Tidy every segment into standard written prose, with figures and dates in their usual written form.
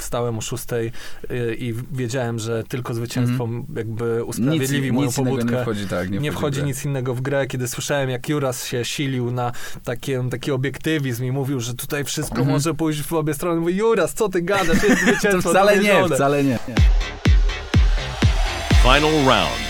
wstałem o 6 i wiedziałem, że tylko zwycięstwo jakby usprawiedliwi moją pobudkę. Nie wchodzi, nie wchodzi nic innego w grę. Kiedy słyszałem, jak Juras się silił na taki obiektywizm i mówił, że tutaj wszystko może pójść w obie strony. Mówię, Juras, co ty gadasz? Jest zwycięstwo. Wcale nie. Final round.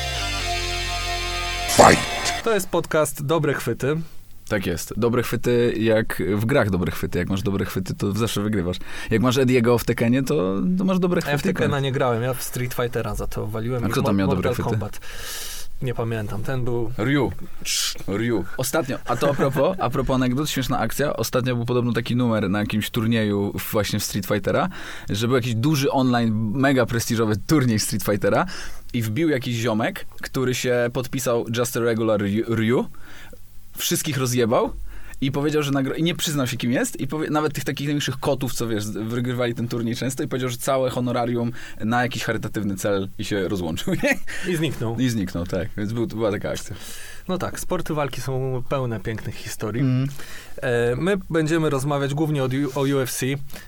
Fight! To jest podcast Dobre Chwyty. Tak jest. Dobre chwyty, jak w grach dobre chwyty. Jak masz dobre chwyty, to zawsze wygrywasz. Jak masz Ediego w Tekenie, to masz dobre chwyty. Ja w Tekena nie grałem, ja w Street Fightera za to waliłem. A kto tam miał dobre chwyty? Kombat. Nie pamiętam, ten był... Ryu. Ostatnio, a propos anegdot, śmieszna akcja. Ostatnio był podobno taki numer na jakimś turnieju właśnie w Street Fightera, że był jakiś duży online, mega prestiżowy turniej Street Fightera i wbił jakiś ziomek, który się podpisał Just a Regular Ryu, wszystkich rozjebał i powiedział, że i nie przyznał się, kim jest i nawet tych takich największych kotów, co wiesz, wygrywali ten turniej często i powiedział, że całe honorarium na jakiś charytatywny cel i się rozłączył. I zniknął, tak. Więc była taka akcja. No tak, sporty walki są pełne pięknych historii. My będziemy rozmawiać głównie o UFC.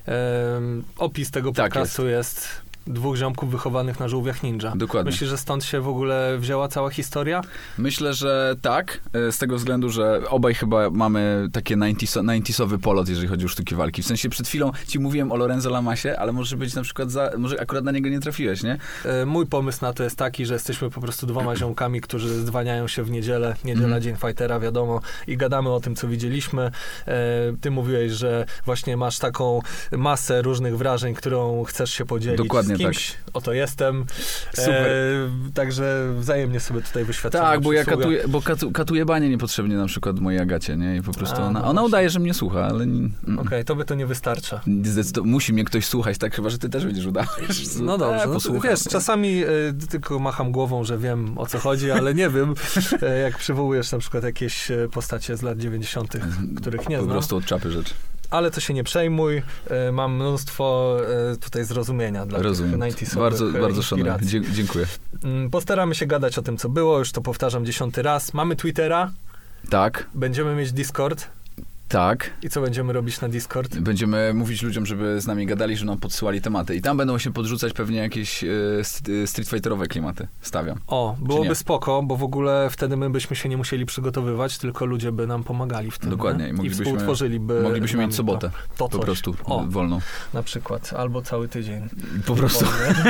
Opis tego podcastu jest 2 ziomków wychowanych na żółwiach ninja. Dokładnie. Myślisz, że stąd się w ogóle wzięła cała historia? Myślę, że tak. Z tego względu, że obaj chyba mamy takie 90sowy polot, jeżeli chodzi o sztuki walki. W sensie przed chwilą ci mówiłem o Lorenzo Lamasie, ale może być na przykład może akurat na niego nie trafiłeś, nie? Mój pomysł na to jest taki, że jesteśmy po prostu 2 ziomkami, którzy zdwaniają się w niedzielę. Niedziela, Dzień Fightera, wiadomo. I gadamy o tym, co widzieliśmy. Ty mówiłeś, że właśnie masz taką masę różnych wrażeń, którą chcesz się podzielić. Dokładnie. Kimś, tak. Oto jestem. Super. Także wzajemnie sobie tutaj wyświadczamy. Tak, bo ja katuję banie niepotrzebnie na przykład mojej Agacie, nie? I po prostu ona udaje, że mnie słucha, ale... Okej, tobie to nie wystarcza. Musi mnie ktoś słuchać, tak? Chyba, że ty też będziesz udałeś. No dobrze, wiesz, czasami tylko macham głową, że wiem, o co chodzi, ale nie wiem, jak przywołujesz na przykład jakieś postacie z lat 90., których nie znam. Po prostu od czapy rzecz. Ale to się nie przejmuj. Mam mnóstwo tutaj zrozumienia dla tych 90sowych Bardzo szanuję. Dziękuję. Postaramy się gadać o tym, co było. Już to powtarzam 10. raz. Mamy Twittera. Tak. Będziemy mieć Discord. Tak. I co będziemy robić na Discord? Będziemy mówić ludziom, żeby z nami gadali, żeby nam podsyłali tematy. I tam będą się podrzucać pewnie jakieś Street Fighterowe klimaty. Stawiam. O, byłoby spoko, bo w ogóle wtedy my byśmy się nie musieli przygotowywać, tylko ludzie by nam pomagali w tym. Dokładnie. I współtworzyliby. Moglibyśmy mieć sobotę. To po prostu wolną. Na przykład. Albo cały tydzień. Po prostu.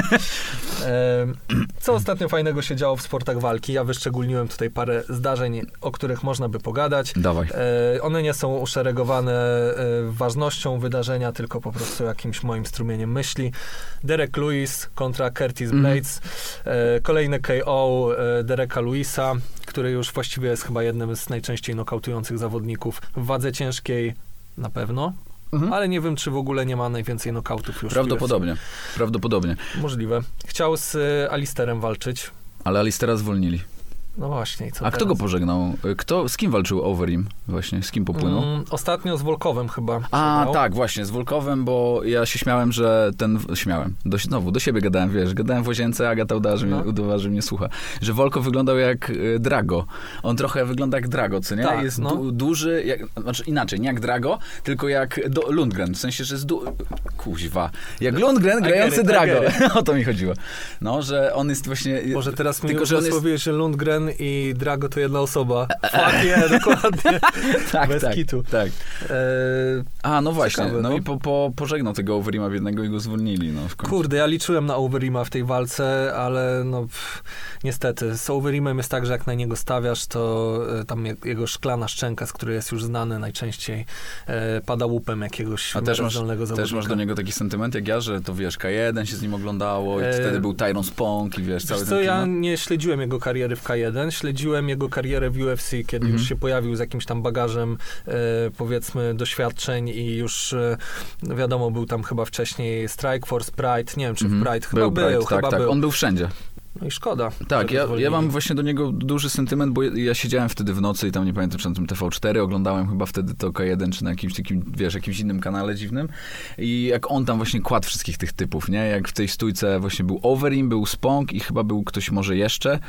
Co ostatnio fajnego się działo w sportach walki? Ja wyszczególniłem tutaj parę zdarzeń, o których można by pogadać. Dawaj. One nie są uszeregowane ważnością wydarzenia, tylko po prostu jakimś moim strumieniem myśli. Derek Lewis kontra Curtis Blades. Kolejne KO Dereka Lewisa, który już właściwie jest chyba jednym z najczęściej nokautujących zawodników w wadze ciężkiej na pewno. Ale nie wiem, czy w ogóle nie ma najwięcej nokautów już. Prawdopodobnie. Możliwe. Chciał z Alisterem walczyć. Ale Alistera zwolnili. No właśnie. A kto go pożegnał? Z kim walczył Overeem? Właśnie, z kim popłynął? Ostatnio z Volkovem chyba. Tak, właśnie, z Volkovem, bo ja się śmiałem, że do siebie gadałem, wiesz, gadałem w łazience, Agata udawała, że mnie słucha, że Volkov wyglądał jak Drago. On trochę wygląda jak Drago, co nie? Tak, jest duży, znaczy inaczej, nie jak Drago, tylko jak Lundgren, w sensie, że jest kuźwa, jak Lundgren grający Drago. O to mi chodziło. No, że on jest właśnie... Może teraz mi usłowiłeś, że Lundgren i Drago to jedna osoba. Fuck yeah, dokładnie. Bez kitu. Tak. No właśnie. Ciekawe, no i pożegnał tego Overeema biednego i go zwolnili. No, w końcu. Kurde, ja liczyłem na Overeema w tej walce, ale niestety. Z Overeemem jest tak, że jak na niego stawiasz, to tam jego szklana szczęka, z której jest już znany, najczęściej pada łupem jakiegoś mężnego zawodnika. Też masz do niego taki sentyment jak ja, że to wiesz, K1 się z nim oglądało i wtedy był Tyron Spong i wiesz, cały ten klimat. Ja nie śledziłem jego kariery w K1, śledziłem jego karierę w UFC, kiedy już się pojawił z jakimś tam bagażem, powiedzmy, doświadczeń i już, wiadomo, był tam chyba wcześniej Strikeforce, Pride, nie wiem, czy w Pride, chyba był. Tak, on był wszędzie. No i szkoda. Tak, ja mam właśnie do niego duży sentyment, bo ja siedziałem wtedy w nocy i tam nie pamiętam, czy na tym TV4 oglądałem chyba wtedy to K1, czy na jakimś takim, wiesz, jakimś innym kanale dziwnym i jak on tam właśnie kładł wszystkich tych typów, nie? Jak w tej stójce właśnie był Overeem, był Spong i chyba był ktoś może jeszcze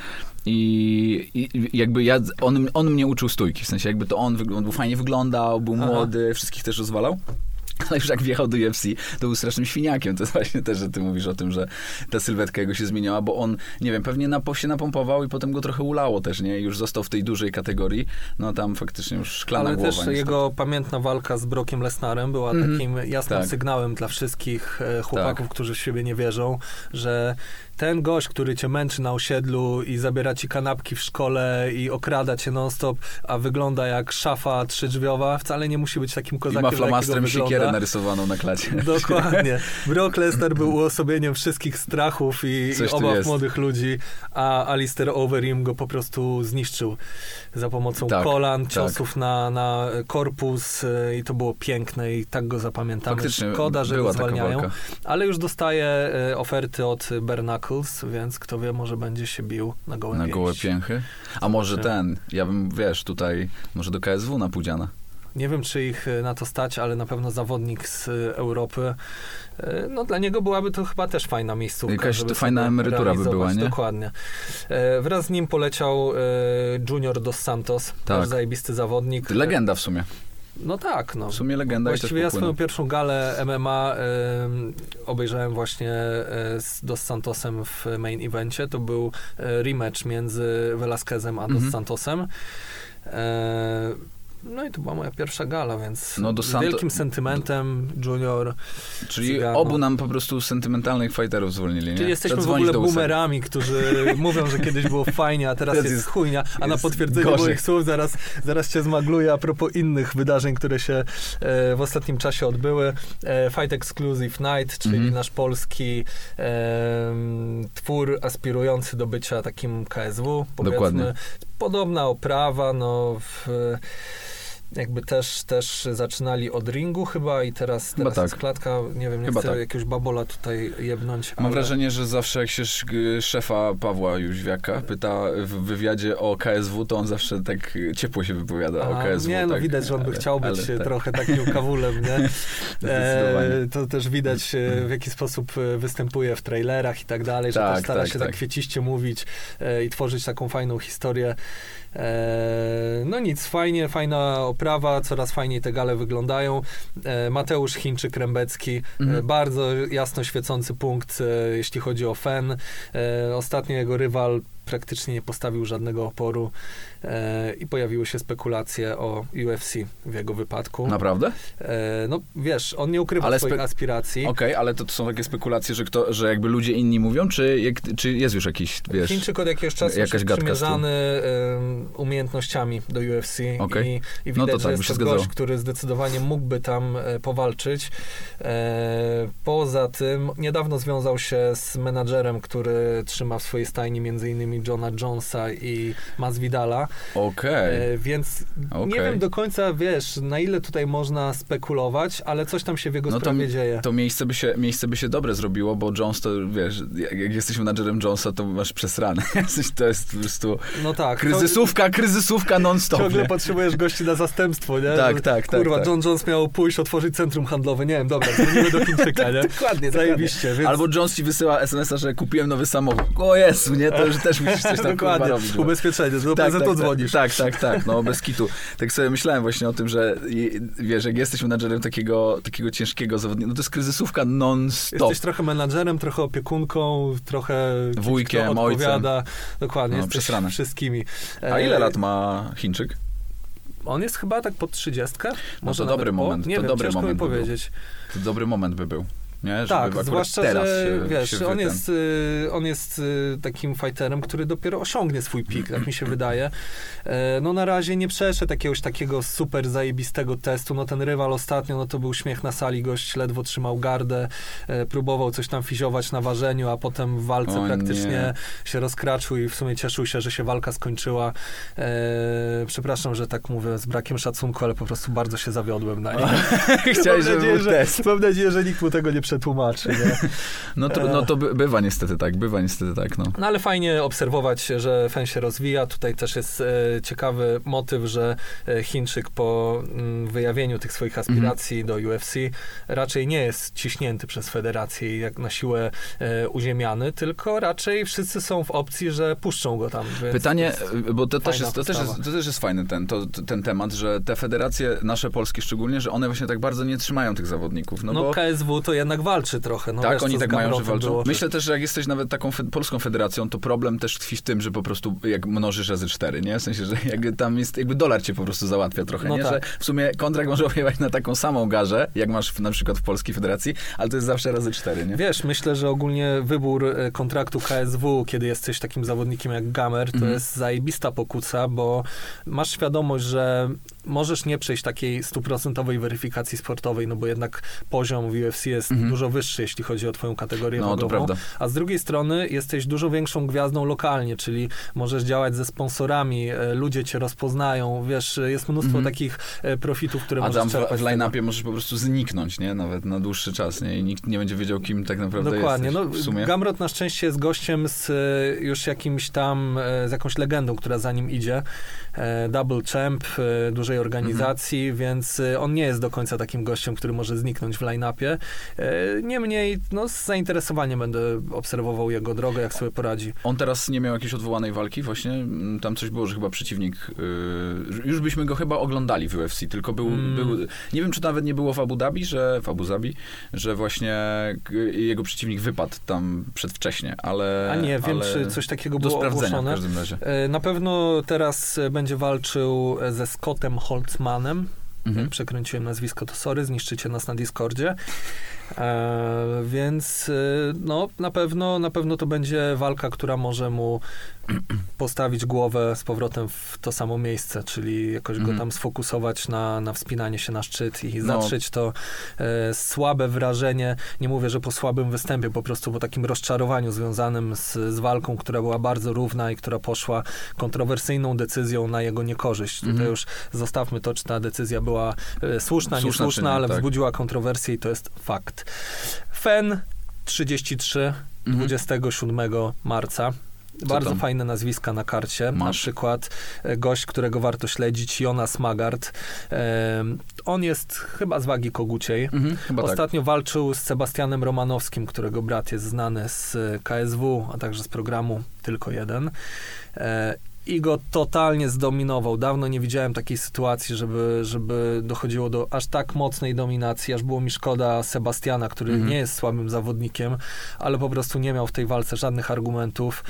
i jakby on mnie uczył stójki, w sensie jakby to on fajnie wyglądał, był młody, wszystkich też rozwalał. Ale już jak wjechał do UFC, to był strasznym świniakiem. To jest właśnie też, że ty mówisz o tym, że ta sylwetka jego się zmieniała, bo on, nie wiem, pewnie się napompował i potem go trochę ulało też, nie? I już został w tej dużej kategorii. No tam faktycznie już szklana głowa. Ale też jego pamiętna walka z Brockiem Lesnarem była takim jasnym sygnałem dla wszystkich chłopaków, którzy w siebie nie wierzą, że ten gość, który cię męczy na osiedlu i zabiera ci kanapki w szkole i okrada cię non-stop, a wygląda jak szafa trzydrzwiowa, wcale nie musi być takim kozakiem, i ma flamastrem sikierę narysowaną na klacie. Dokładnie. Brock Lesnar był uosobieniem wszystkich strachów i obaw młodych ludzi, a Alistair Overeem go po prostu zniszczył za pomocą kolan, ciosów na korpus i to było piękne i tak go zapamiętamy. Faktycznie szkoda, że go zwalniają. Ale już dostaje oferty od Bernacle, więc kto wie, może będzie się bił na gołe pięści. Gołe pięchy? A może ja bym, tutaj, może do KSW na Pudziana. Nie wiem, czy ich na to stać, ale na pewno zawodnik z Europy, no dla niego byłaby to chyba też fajna miejscówka. Jakaś fajna emerytura by była, nie? Dokładnie. Wraz z nim poleciał Junior Dos Santos, też zajebisty zawodnik. Legenda w sumie. No tak, no. W sumie legenda. Właściwie ja swoją pierwszą galę MMA obejrzałem właśnie z Dos Santosem w main evencie. To był rematch między Velasquezem a Dos Santosem. No i to była moja pierwsza gala, więc z wielkim sentymentem Junior. Czyli Cygano. Obu nam po prostu sentymentalnych fighterów zwolnili, nie? Czyli jesteśmy w ogóle boomerami, którzy mówią, że kiedyś było fajnie, a teraz jest chujnia, a na potwierdzenie moich słów zaraz cię zmagluję a propos innych wydarzeń, które się w ostatnim czasie odbyły. Fight Exclusive Night, czyli nasz polski twór aspirujący do bycia takim KSW, powiedzmy. Dokładnie. Podobna oprawa, jakby też zaczynali od ringu chyba i teraz jest klatka, nie wiem, nie chcę jakiegoś babola tutaj jebnąć. Mam wrażenie, że zawsze jak się szefa Pawła Jóźwiaka pyta w wywiadzie o KSW, to on zawsze tak ciepło się wypowiada o KSW. Nie, no widać, że on by chciał być trochę takim kawulem, nie? To też widać, w jaki sposób występuje w trailerach i tak dalej, że też stara się tak kwieciście mówić i tworzyć taką fajną historię. No nic, fajna oprawa, coraz fajniej te gale wyglądają. Mateusz Chińczyk-Rembecki, bardzo jasno świecący punkt, jeśli chodzi o Fen. Ostatnio jego rywal praktycznie nie postawił żadnego oporu i pojawiły się spekulacje o UFC w jego wypadku. Naprawdę? No wiesz, on nie ukrywa swoich aspiracji. Okej, ale to są takie spekulacje, że jakby ludzie inni mówią, czy jest już jakiś, wiesz, Chińczyk od jakiegoś czasu jest przymierzany umiejętnościami do UFC i widać, że jest to gość, który zdecydowanie mógłby tam powalczyć. Poza tym niedawno związał się z menadżerem, który trzyma w swojej stajni między innymi Johna Jonesa i Masvidala. Więc nie wiem do końca, wiesz, na ile tutaj można spekulować, ale coś tam się w jego sprawie dzieje. To miejsce by się dobre zrobiło, bo Jones to, wiesz, jak jesteś menadżerem Jonesa, to masz przesrane. To jest po prostu kryzysówka non-stop. Ciągle potrzebujesz gości na zastępstwo, nie? Tak. Kurwa, John Jones miał pójść, otworzyć centrum handlowe. Nie wiem, dobra, dzwonimy do Chińczyka, nie? Dokładnie. Zajebiście. Więc... Albo Jones ci wysyła SMS-a, że kupiłem nowy samochód. O Jezu, nie? To już też musisz coś tam kurwa robić. Ubezpieczenie, do prezentu dzwonisz. Tak, no bez kitu. Tak sobie myślałem właśnie o tym, że wiesz, jak jesteś menadżerem takiego ciężkiego zawodnika, no to jest kryzysówka non-stop. Jesteś trochę menadżerem, trochę opiekunką, trochę wujkiem, ojcem. Dokładnie, no, jesteś przesrane. Wszystkimi. A ile lat ma Chińczyk? On jest chyba tak pod 30. No to dobry moment. Nie wiem, dobry ciężko mi moment powiedzieć. To dobry moment by był. Nie? Tak, zwłaszcza, że wiesz, on jest takim fighterem, który dopiero osiągnie swój pik, tak mi się wydaje. No na razie nie przeszedł jakiegoś takiego super zajebistego testu. No ten rywal ostatnio, no to był śmiech na sali, gość ledwo trzymał gardę, próbował coś tam fiziować na ważeniu, a potem w walce praktycznie się rozkraczył i w sumie cieszył się, że się walka skończyła. Przepraszam, że tak mówię z brakiem szacunku, ale po prostu bardzo się zawiodłem na nim. Chciałeś, żeby był test. Mam nadzieję, że nikt mu tego nie przetłumaczy, nie? No to bywa niestety tak, no. No ale fajnie obserwować, że fen się rozwija. Tutaj też jest ciekawy motyw, że Chińczyk po wyjawieniu tych swoich aspiracji do UFC raczej nie jest ciśnięty przez federację i jak na siłę uziemiany, tylko raczej wszyscy są w opcji, że puszczą go tam. Pytanie, bo to też jest fajny ten temat, że te federacje, nasze polskie szczególnie, że one właśnie tak bardzo nie trzymają tych zawodników. No bo KSW to jednak walczy trochę. No tak, wiesz, oni tak mają, że walczą. Było, Myślę też, że jak jesteś nawet taką polską federacją, to problem też tkwi w tym, że po prostu jak mnożysz razy 4, nie? W sensie, że jakby tam jest, jakby dolar cię po prostu załatwia trochę, nie? Tak. Że w sumie kontrakt może opiewać na taką samą garzę, jak masz na przykład w polskiej federacji, ale to jest zawsze razy 4, nie? Wiesz, myślę, że ogólnie wybór kontraktu KSW, kiedy jesteś takim zawodnikiem jak Gamer, to jest zajebista pokusa, bo masz świadomość, że możesz nie przejść takiej 100% weryfikacji sportowej, no bo jednak poziom w UFC jest dużo wyższy, jeśli chodzi o twoją kategorię wagową. To prawda. A z drugiej strony jesteś dużo większą gwiazdą lokalnie, czyli możesz działać ze sponsorami, ludzie cię rozpoznają, wiesz, jest mnóstwo takich profitów, które możesz czerpać. A w line-upie możesz po prostu zniknąć, nie? Nawet na dłuższy czas, nie? I nikt nie będzie wiedział, kim tak naprawdę Dokładnie. jesteś w sumie. Gamrot na szczęście jest gościem z już jakimś tam, z jakąś legendą, która za nim idzie. Double champ dużej organizacji, więc on nie jest do końca takim gościem, który może zniknąć w line-upie. Niemniej, z zainteresowaniem będę obserwował jego drogę, jak sobie poradzi. On teraz nie miał jakiejś odwołanej walki właśnie? Tam coś było, że chyba przeciwnik... już byśmy go chyba oglądali w UFC, tylko był... Nie wiem, czy nawet nie było w Abu Dhabi, że właśnie jego przeciwnik wypadł tam przedwcześnie, ale... A nie, wiem, czy coś takiego było ogłoszone. W każdym razie. Na pewno teraz będzie walczył ze Scottem Holtzmanem. Jak przekręciłem nazwisko, to sorry, zniszczycie nas na Discordzie. Więc na pewno to będzie walka, która może mu postawić głowę z powrotem w to samo miejsce, czyli jakoś go tam sfokusować na wspinanie się na szczyt i zatrzeć to słabe wrażenie, nie mówię, że po słabym występie, po prostu po takim rozczarowaniu związanym z walką, która była bardzo równa i która poszła kontrowersyjną decyzją na jego niekorzyść. Tutaj już zostawmy to, czy ta decyzja była słuszna, niesłuszna, ale wzbudziła kontrowersję i to jest fakt. Fen 33, 27 marca. Bardzo fajne nazwiska na karcie. Na przykład gość, którego warto śledzić, Jonas Magard. On jest chyba z wagi koguciej. Ostatnio walczył z Sebastianem Romanowskim, którego brat jest znany z KSW, a także z programu Tylko Jeden. I go totalnie zdominował. Dawno nie widziałem takiej sytuacji, żeby dochodziło do aż tak mocnej dominacji, aż było mi szkoda Sebastiana, który nie jest słabym zawodnikiem, ale po prostu nie miał w tej walce żadnych argumentów,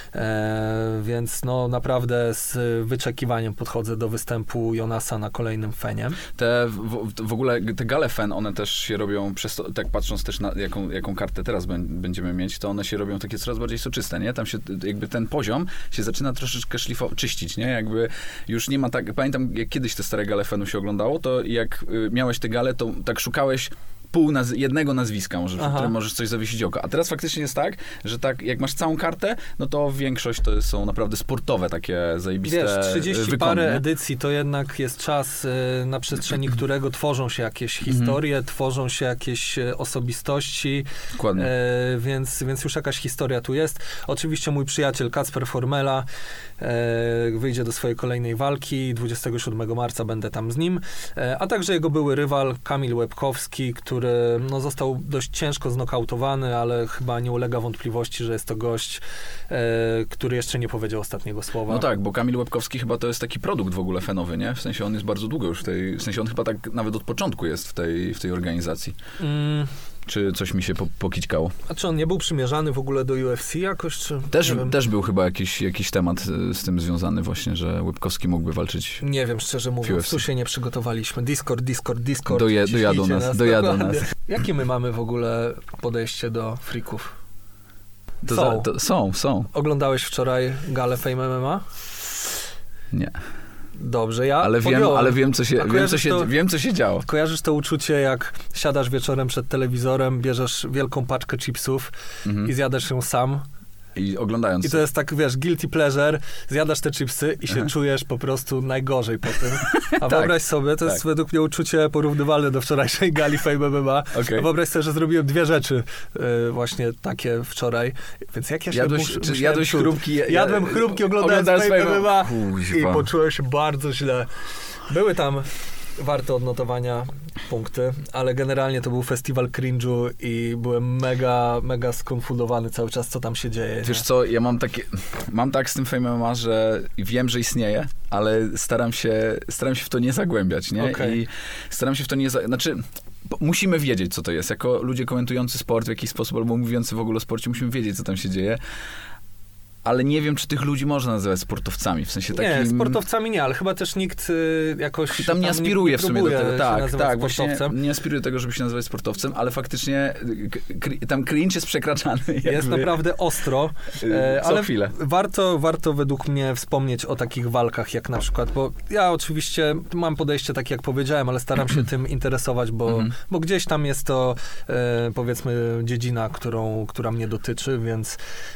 więc naprawdę z wyczekiwaniem podchodzę do występu Jonasa na kolejnym Fenie. W ogóle te gale Fen, one też się robią, przez to, tak patrząc też na jaką kartę teraz będziemy mieć, to one się robią takie coraz bardziej soczyste, nie? Tam się jakby ten poziom się zaczyna troszeczkę czyścić, nie? Jakby już nie ma tak... Pamiętam, jak kiedyś te stare gale Fenu się oglądało, to jak miałeś te gale, to tak szukałeś jednego nazwiska, może, w którym możesz coś zawiesić oko. A teraz faktycznie jest tak, że tak, jak masz całą kartę, no to większość to są naprawdę sportowe takie zajebiste Wiesz, 30 wykony, parę nie? edycji to jednak jest czas, na przestrzeni którego tworzą się jakieś historie, tworzą się jakieś osobistości. Dokładnie. Więc już jakaś historia tu jest. Oczywiście mój przyjaciel Kacper Formela wyjdzie do swojej kolejnej walki. 27 marca będę tam z nim. A także jego były rywal Kamil Łebkowski, który został dość ciężko znokautowany, ale chyba nie ulega wątpliwości, że jest to gość, który jeszcze nie powiedział ostatniego słowa. No tak, bo Kamil Łebkowski chyba to jest taki produkt w ogóle fenowy, nie? W sensie on jest bardzo długo już w sensie on chyba tak nawet od początku jest w tej organizacji. Czy coś mi się pokićkało? A czy on nie był przymierzany w ogóle do UFC jakoś? Czy też był chyba jakiś temat z tym związany właśnie, że Łebkowski mógłby walczyć. Nie wiem, szczerze mówiąc, tu się nie przygotowaliśmy. Discord. Dojadą nas. Jakie my mamy w ogóle podejście do freaków? Są. Oglądałeś wczoraj galę Fame MMA? Nie. Dobrze, ale wiem, co się działo. Kojarzysz to uczucie, jak siadasz wieczorem przed telewizorem, bierzesz wielką paczkę chipsów i zjadasz ją sam, I oglądając. I to jest tak, wiesz, guilty pleasure, zjadasz te chipsy i się czujesz po prostu najgorzej po tym. A wyobraź sobie, to jest według mnie uczucie porównywalne do wczorajszej gali Fame MMA. Okay. A wyobraź sobie, że zrobiłem 2 rzeczy właśnie takie wczoraj. Więc jak ja się jadłeś chrupki? Jadłem chrupki oglądając Fame MMA i poczułem się bardzo źle. Były tam warte odnotowania punkty, ale generalnie to był festiwal cringe'u i byłem mega skonfundowany cały czas, co tam się dzieje. Wiesz co, ja mam tak z tym Fame MMA, że wiem, że istnieje, ale staram się w to nie zagłębiać, nie? Okay. I staram się w to nie... Znaczy, musimy wiedzieć, co to jest. Jako ludzie komentujący sport w jakiś sposób, albo mówiący w ogóle o sporcie, musimy wiedzieć, co tam się dzieje. Ale nie wiem, czy tych ludzi można nazywać sportowcami, w sensie takim... Nie, sportowcami nie, ale chyba też nikt jakoś... Tam nie aspiruje w sumie do tego. Tak, właśnie nie aspiruje do tego, żeby się nazywać sportowcem, ale faktycznie tam cringe jest przekraczany. Jest naprawdę ostro, ale chwilę. Warto według mnie wspomnieć o takich walkach, jak na przykład, bo ja oczywiście mam podejście takie, jak powiedziałem, ale staram się tym interesować, bo gdzieś tam jest to, powiedzmy, dziedzina, która mnie dotyczy, więc...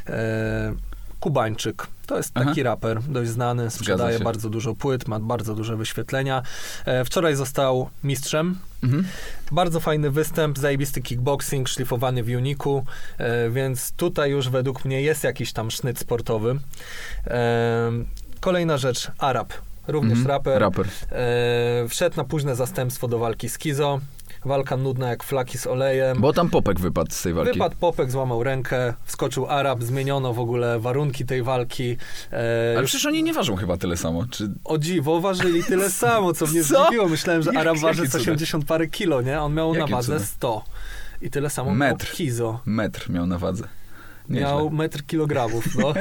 Kubańczyk. To jest taki raper, dość znany, sprzedaje bardzo dużo płyt, ma bardzo duże wyświetlenia. Wczoraj został mistrzem. Bardzo fajny występ, zajebisty kickboxing, szlifowany w uniku, więc tutaj już według mnie jest jakiś tam sznyt sportowy. Kolejna rzecz, Arab. Również raper. Wszedł na późne zastępstwo do walki z Kizo. Walka nudna jak flaki z olejem. Bo tam Popek wypadł z tej walki. Wypadł Popek, złamał rękę, wskoczył Arab, zmieniono w ogóle warunki tej walki. Ale przecież oni nie ważą chyba tyle samo. Czy... O dziwo, ważyli tyle samo, co mnie zdziwiło. Myślałem, że Arab waży 80 parę kilo, nie? On miał na wadze 100. I tyle samo miał Kizo. Metr miał na wadze. Miał 1 kilogramów, no.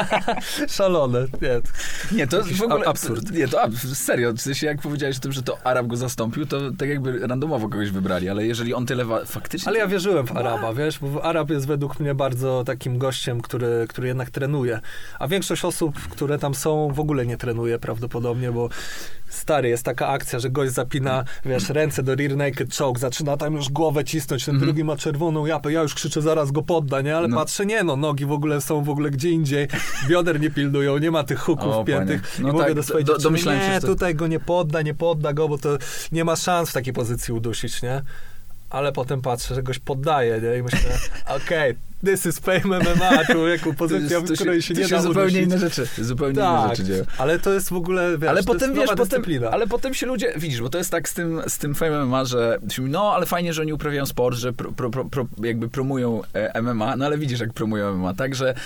Szalone. Nie, to w ogóle... absurd. Nie, to serio. W sensie, jak powiedziałeś o tym, że to Arab go zastąpił, to tak jakby randomowo kogoś wybrali, ale jeżeli on tyle faktycznie... Ale ja wierzyłem w Araba, wiesz, bo Arab jest według mnie bardzo takim gościem, który jednak trenuje. A większość osób, które tam są, w ogóle nie trenuje prawdopodobnie, bo stary, jest taka akcja, że gość zapina, wiesz, ręce do rear naked choke, zaczyna tam już głowę cisnąć, ten drugi ma czerwoną japę, ja już krzyczę, zaraz go podda, nie? Ale patrzę, nogi w ogóle są gdzie indziej, bioder nie pilnują, nie ma tych huków wpiętych. No i mówię tak, do swojej dziewczyny, się, że tutaj go nie podda go, bo to nie ma szans w takiej pozycji udusić, nie? Ale potem patrzę, że goś poddaje, nie? I myślę, okej, this is Fame MMA, człowieku, pozycja, w której się nie da zupełnie inne rzeczy. Zupełnie inne rzeczy dzieją. Ale to jest w ogóle, wiesz, ale to potem, jest nowa dyscyplina. Ale potem się ludzie, widzisz, bo to jest tak z tym Fame MMA, że ale fajnie, że oni uprawiają sport, że jakby promują MMA, no ale widzisz, jak promują MMA, tak, że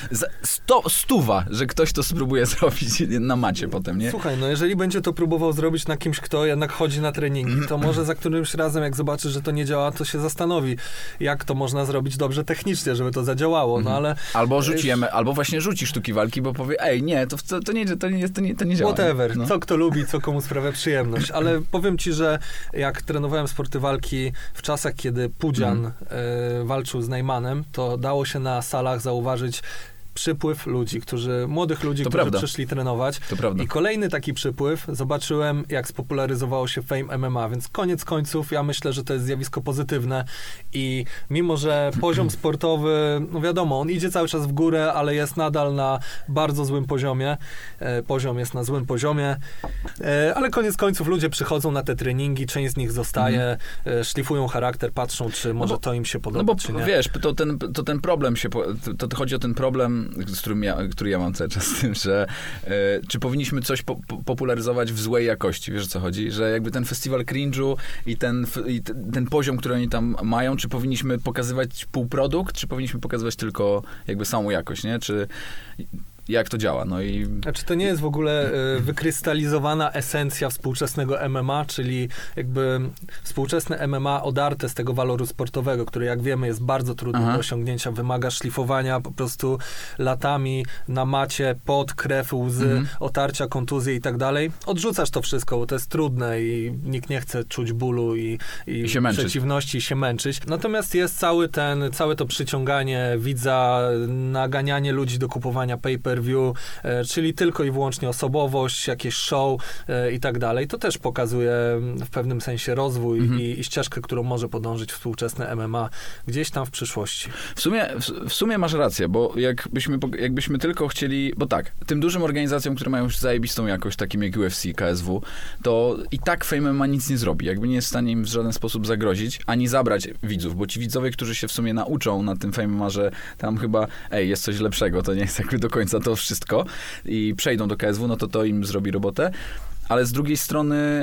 stuwa, że ktoś to spróbuje zrobić na macie potem, nie? Słuchaj, no jeżeli będzie to próbował zrobić na kimś, kto jednak chodzi na treningi, to może za którymś razem, jak zobaczy, że to nie działa, to się zastanowi, jak to można zrobić dobrze technicznie, żeby to zadziałało, no ale... Albo właśnie rzuci sztuki walki, bo powie, nie, to nie działa. Whatever, co kto lubi, co komu sprawia przyjemność, ale powiem ci, że jak trenowałem sporty walki w czasach, kiedy Pudzian walczył z Najmanem, to dało się na salach zauważyć przypływ ludzi, młodych ludzi, którzy przyszli trenować. To prawda. I kolejny taki przypływ zobaczyłem, jak spopularyzowało się Fame MMA, więc koniec końców ja myślę, że to jest zjawisko pozytywne i mimo, że poziom sportowy, no wiadomo, on idzie cały czas w górę, ale jest nadal na bardzo złym poziomie. Poziom jest na złym poziomie, ale koniec końców ludzie przychodzą na te treningi, część z nich zostaje, szlifują charakter, patrzą, czy może to im się podoba, czy nie. Wiesz, to ten problem to chodzi o ten problem, który ja mam cały czas z tym, że czy powinniśmy coś popularyzować w złej jakości, wiesz o co chodzi? Że jakby ten festiwal cringe'u i ten poziom, który oni tam mają, czy powinniśmy pokazywać półprodukt, czy powinniśmy pokazywać tylko jakby samą jakość, nie? Czy jak to działa, no i... Znaczy to nie jest w ogóle wykrystalizowana esencja współczesnego MMA, czyli jakby współczesne MMA odarte z tego waloru sportowego, który jak wiemy jest bardzo trudny do osiągnięcia, wymaga szlifowania po prostu latami na macie, pot, krew, łzy, otarcia, kontuzje i tak dalej. Odrzucasz to wszystko, bo to jest trudne i nikt nie chce czuć bólu i przeciwności i się męczyć. Natomiast jest całe to przyciąganie widza, naganianie ludzi do kupowania pay-per pay-per-view, czyli tylko i wyłącznie osobowość, jakieś show i tak dalej. To też pokazuje w pewnym sensie rozwój i ścieżkę, którą może podążyć współczesne MMA gdzieś tam w przyszłości. W sumie masz rację, bo jakbyśmy tylko chcieli, bo tak, tym dużym organizacjom, które mają już zajebistą jakość, takim jak UFC, KSW, to i tak Fame MMA nic nie zrobi. Jakby nie jest w stanie im w żaden sposób zagrozić, ani zabrać widzów, bo ci widzowie, którzy się w sumie nauczą na tym Fame MMA, że tam chyba, jest coś lepszego, to nie jest jakby do końca to wszystko i przejdą do KSW, no to im zrobi robotę. Ale z drugiej strony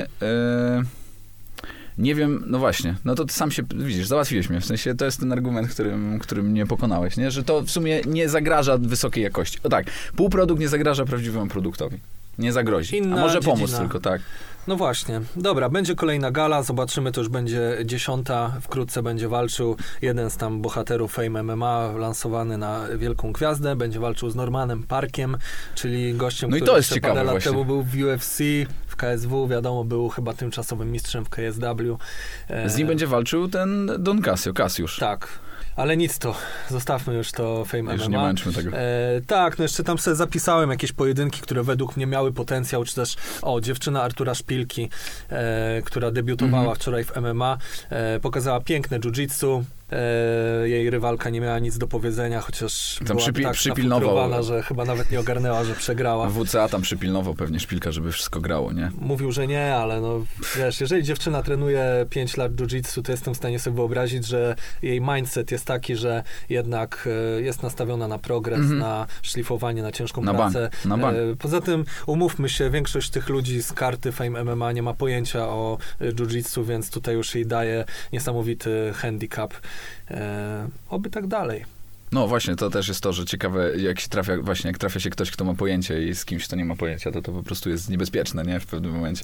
nie wiem, no właśnie, no to ty sam się, widzisz, załatwiłeś mnie, w sensie to jest ten argument, którym mnie pokonałeś, nie? Że to w sumie nie zagraża wysokiej jakości. O tak, półprodukt nie zagraża prawdziwemu produktowi. Nie zagrozi. Inna a może dziedzina. pomóc tylko, tak. No właśnie. Dobra, będzie kolejna gala, zobaczymy, to już będzie 10. Wkrótce będzie walczył jeden z tam bohaterów Fame MMA, lansowany na wielką gwiazdę, będzie walczył z Normanem Parkiem, czyli gościem, no który to jest ciekawe parę lat właśnie. temu był w UFC, w KSW, wiadomo, był chyba tymczasowym mistrzem w KSW. Z nim będzie walczył ten Don Cassiusz. Tak. Ale nic to, zostawmy już to Fame już MMA. nie męczmy tego. Tak, no jeszcze tam sobie zapisałem jakieś pojedynki, które według mnie miały potencjał, czy też, dziewczyna Artura Szpilki, która debiutowała wczoraj w MMA, pokazała piękne jiu-jitsu. Jej rywalka nie miała nic do powiedzenia, chociaż tam była tak przypilnował, że chyba nawet nie ogarnęła, że przegrała. WCA tam przypilnował pewnie Szpilka, żeby wszystko grało, nie? Mówił, że nie, ale no wiesz, jeżeli dziewczyna trenuje 5 lat jiu-jitsu, to jestem w stanie sobie wyobrazić, że jej mindset jest taki, że jednak jest nastawiona na progres, na szlifowanie, na ciężką pracę. Na bank. Poza tym, umówmy się, większość tych ludzi z karty Fame MMA nie ma pojęcia o jiu-jitsu, więc tutaj już jej daje niesamowity handicap. Oby tak dalej. No właśnie, to też jest to, że ciekawe, jak trafia się ktoś, kto ma pojęcie i z kimś, kto nie ma pojęcia, to po prostu jest niebezpieczne, nie? W pewnym momencie.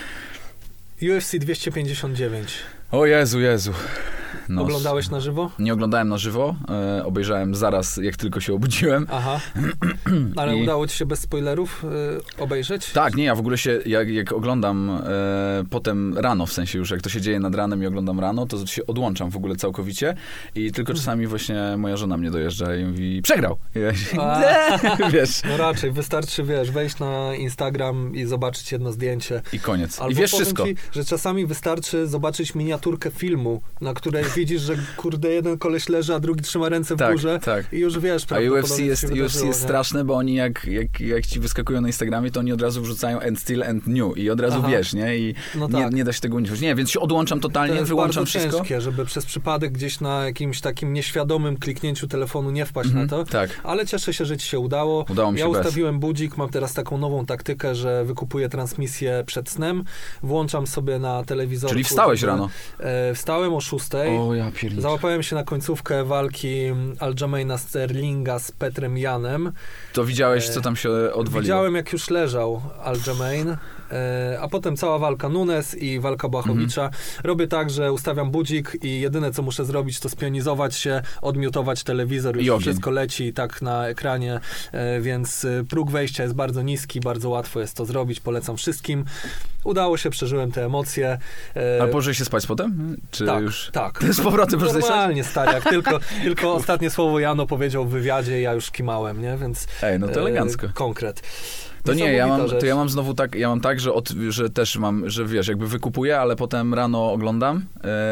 UFC 259. O Jezu. No, oglądałeś na żywo? Nie oglądałem na żywo, obejrzałem zaraz, jak tylko się obudziłem. Aha. Ale udało ci się bez spoilerów obejrzeć? Tak, nie, ja w ogóle się, jak oglądam potem rano, w sensie już jak to się dzieje nad ranem i oglądam rano, to się odłączam w ogóle całkowicie i tylko czasami właśnie moja żona mnie dojeżdża i mówi, przegrał! I ja się, wiesz. No raczej, wystarczy, wejść na Instagram i zobaczyć jedno zdjęcie. I koniec. Albo i wiesz wszystko. Ci, że czasami wystarczy zobaczyć miniaturkę filmu, na której widzisz, że kurde, jeden koleś leży, a drugi trzyma ręce w górze i już wiesz, a UFC jest straszne, bo oni jak ci wyskakują na Instagramie, to oni od razu wrzucają and still and new i od razu wiesz, nie? I nie da się tego uniknąć. Nie, więc się odłączam totalnie, wyłączam wszystko. To jest ciężkie, żeby przez przypadek gdzieś na jakimś takim nieświadomym kliknięciu telefonu nie wpaść na to. Tak. Ale cieszę się, że ci się udało. Udało mi się ustawiłem budzik, mam teraz taką nową taktykę, że wykupuję transmisję przed snem, włączam sobie na telewizorku. Czyli wstałeś rano? Wstałem o 6. O, ja pierniczę. Załapałem się na końcówkę walki Aljamaina Sterlinga z Petrem Janem. To widziałeś, co tam się odwaliło? Widziałem, jak już leżał Aljamain, a potem cała walka Nunes i walka Błachowicza. Robię tak, że ustawiam budzik i jedyne, co muszę zrobić, to spionizować się, odmiutować telewizor, już wszystko leci tak na ekranie, więc próg wejścia jest bardzo niski, bardzo łatwo jest to zrobić, polecam wszystkim. Udało się, przeżyłem te emocje. Ale położyłeś się spać potem? Czy już? Tak. Z powrotem normalnie, stariak. Tylko ostatnie słowo Jano powiedział w wywiadzie, ja już kimałem, nie? Więc no to elegancko. Konkret. To nie, ja mam znowu tak, że też mam, że wiesz, jakby wykupuję, ale potem rano oglądam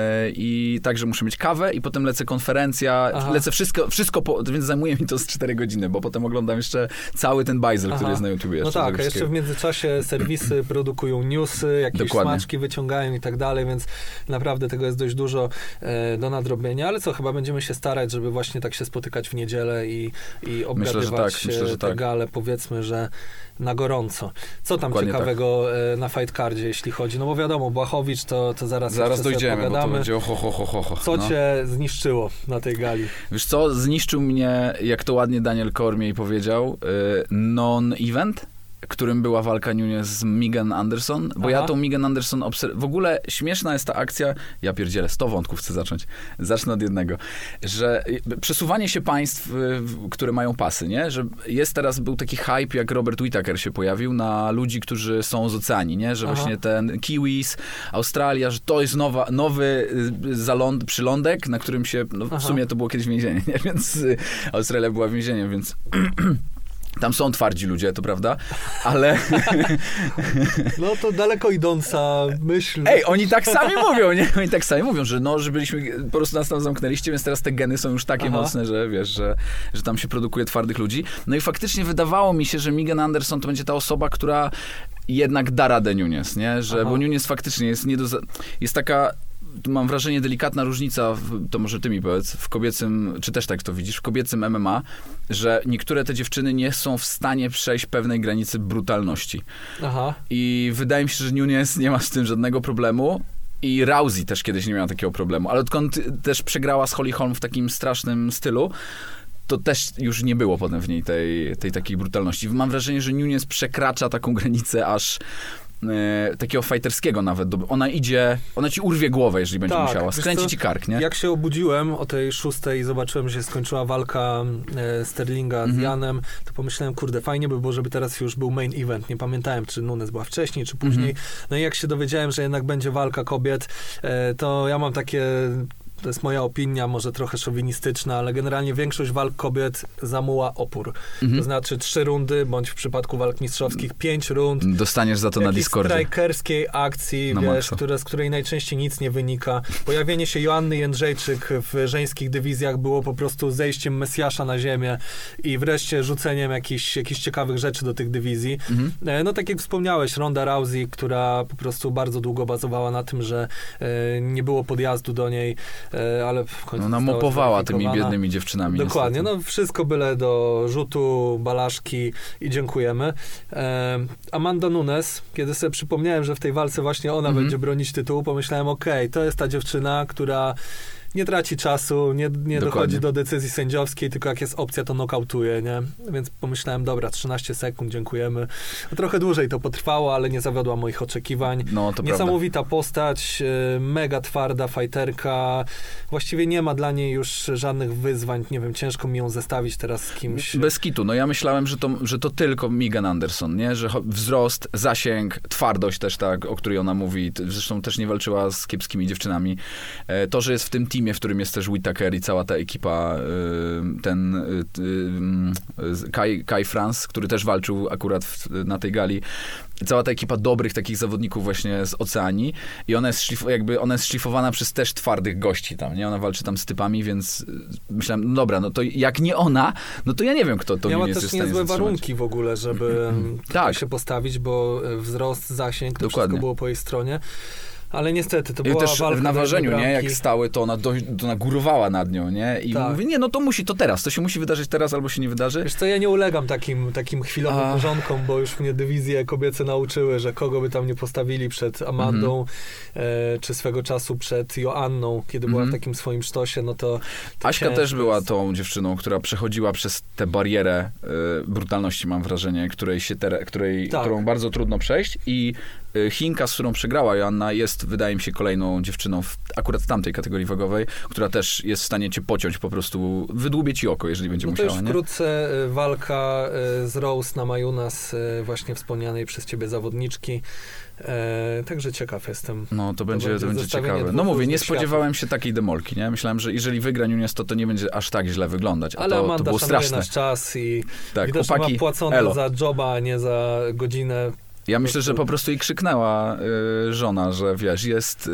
i tak, że muszę mieć kawę i potem lecę konferencja, lecę wszystko więc zajmuje mi to z 4 godziny, bo potem oglądam jeszcze cały ten bajzel, który jest na YouTubie. No tak, a jeszcze w międzyczasie serwisy produkują newsy, jakieś smaczki wyciągają i tak dalej, więc naprawdę tego jest dość dużo do nadrobienia, ale co, chyba będziemy się starać, żeby właśnie tak się spotykać w niedzielę i obgadywać te gale, powiedzmy, że na gorąco. Co tam dokładnie ciekawego na fight cardzie, jeśli chodzi? No bo wiadomo, Błachowicz to zaraz dojdziemy, bo to będzie Co cię zniszczyło na tej gali? Wiesz co, zniszczył mnie, jak to ładnie Daniel Cormier powiedział, non-event, którym była walka Nunes z Megan Anderson, bo ja tą Megan Anderson w ogóle śmieszna jest ta akcja, ja pierdzielę, 100 wątków chcę zacząć. Zacznę od jednego, że przesuwanie się państw, które mają pasy, nie? Że był taki hype, jak Robert Whittaker się pojawił, na ludzi, którzy są z oceanii, nie? Że właśnie ten Kiwis, Australia, że to jest nowy przylądek, na którym się, w sumie to było kiedyś więzienie, nie? Więc Australia była więzieniem, więc Tam są twardzi ludzie, to prawda, ale... No to daleko idąca myśl. Ej, oni tak sami mówią, nie? Oni tak sami mówią, że no, że byliśmy, po prostu nas tam zamknęliście, więc teraz te geny są już takie mocne, że wiesz, że tam się produkuje twardych ludzi. No i faktycznie wydawało mi się, że Megan Anderson to będzie ta osoba, która jednak da radę Nunes, nie? Że, bo Nunes faktycznie jest taka... Mam wrażenie, delikatna różnica, to może ty mi powiedz, w kobiecym, czy też tak to widzisz, w kobiecym MMA, że niektóre te dziewczyny nie są w stanie przejść pewnej granicy brutalności. I wydaje mi się, że Nunes nie ma z tym żadnego problemu. I Rousey też kiedyś nie miała takiego problemu. Ale odkąd też przegrała z Holly Holm w takim strasznym stylu, to też już nie było potem w niej tej takiej brutalności. Mam wrażenie, że Nunes przekracza taką granicę aż takiego fighterskiego nawet. Ona ci urwie głowę, jeżeli będzie musiała. Skręci ci kark, nie? Jak się obudziłem o tej 6:00 i zobaczyłem, że się skończyła walka Sterlinga z Janem, to pomyślałem, kurde, fajnie by było, żeby teraz już był main event. Nie pamiętałem, czy Nunes była wcześniej, czy później. No i jak się dowiedziałem, że jednak będzie walka kobiet, to ja mam takie... To jest moja opinia, może trochę szowinistyczna, ale generalnie większość walk kobiet zamuła opór. To znaczy 3 rundy, bądź w przypadku walk mistrzowskich 5 rund. Dostaniesz za to na Discordzie. Strikerskiej akcji, z której najczęściej nic nie wynika. Pojawienie się Joanny Jędrzejczyk w żeńskich dywizjach było po prostu zejściem Mesjasza na ziemię i wreszcie rzuceniem jakichś ciekawych rzeczy do tych dywizji. No tak jak wspomniałeś, Ronda Rousey, która po prostu bardzo długo bazowała na tym, że nie było podjazdu do niej, ale w końcu ona mopowała tymi biednymi dziewczynami. Dokładnie, niestety. no wszystko byle do rzutu, balaszki i dziękujemy. Amanda Nunes, kiedy sobie przypomniałem, że w tej walce właśnie ona będzie bronić tytułu, pomyślałem, okej, to jest ta dziewczyna, która nie traci czasu, nie dochodzi do decyzji sędziowskiej, tylko jak jest opcja, to nokautuje, nie? Więc pomyślałem, dobra, 13 sekund, dziękujemy. Trochę dłużej to potrwało, ale nie zawiodła moich oczekiwań. No, to niesamowita prawda. Postać, mega twarda fajterka. Właściwie nie ma dla niej już żadnych wyzwań, nie wiem, ciężko mi ją zestawić teraz z kimś. Bez kitu. No ja myślałem, że to tylko Megan Anderson, nie? Że wzrost, zasięg, twardość też tak, o której ona mówi. Zresztą też nie walczyła z kiepskimi dziewczynami. To, że jest w tym teamie, w którym jest też Whittaker i cała ta ekipa, Kai France, który też walczył akurat na tej gali. Cała ta ekipa dobrych takich zawodników właśnie z Oceanii i ona jest szlifowana przez też twardych gości tam, nie? Ona walczy tam z typami, więc myślałem, no dobra, no to jak nie ona, no to ja nie wiem, kto to miała nie jest też w stanie niezłe zatrzymać. warunki w ogóle, żeby się postawić, bo wzrost, zasięg, to wszystko było po jej stronie. Ale niestety, to była też walka w naważeniu, nie? Jak stały, to ona górowała nad nią, nie? I mówi, nie, no to teraz, to się musi wydarzyć teraz, albo się nie wydarzy. Wiesz co, ja nie ulegam takim chwilowym porządkom, bo już mnie dywizje kobiece nauczyły, że kogo by tam nie postawili przed Amandą, czy swego czasu przed Joanną, kiedy była w takim swoim sztosie, no to Aśka też była tą dziewczyną, która przechodziła przez tę barierę brutalności, mam wrażenie, którą bardzo trudno przejść i Chinka, z którą przegrała Joanna, jest, wydaje mi się, kolejną dziewczyną akurat w tamtej kategorii wagowej, która też jest w stanie cię pociąć, po prostu wydłubię ci oko, jeżeli będzie musiała. To już wkrótce walka z Rose Namajunas, właśnie wspomnianej przez ciebie zawodniczki. Także ciekaw jestem. No, to będzie ciekawe. No mówię, nie spodziewałem się takiej demolki, nie? Myślałem, że jeżeli wygra Nunes, to nie będzie aż tak źle wyglądać. Ale to Amanda było straszne. nasz czas i tak, widać, że ma płacone za joba, a nie za godzinę. Ja myślę, że po prostu jej krzyknęła żona, że wiesz, jest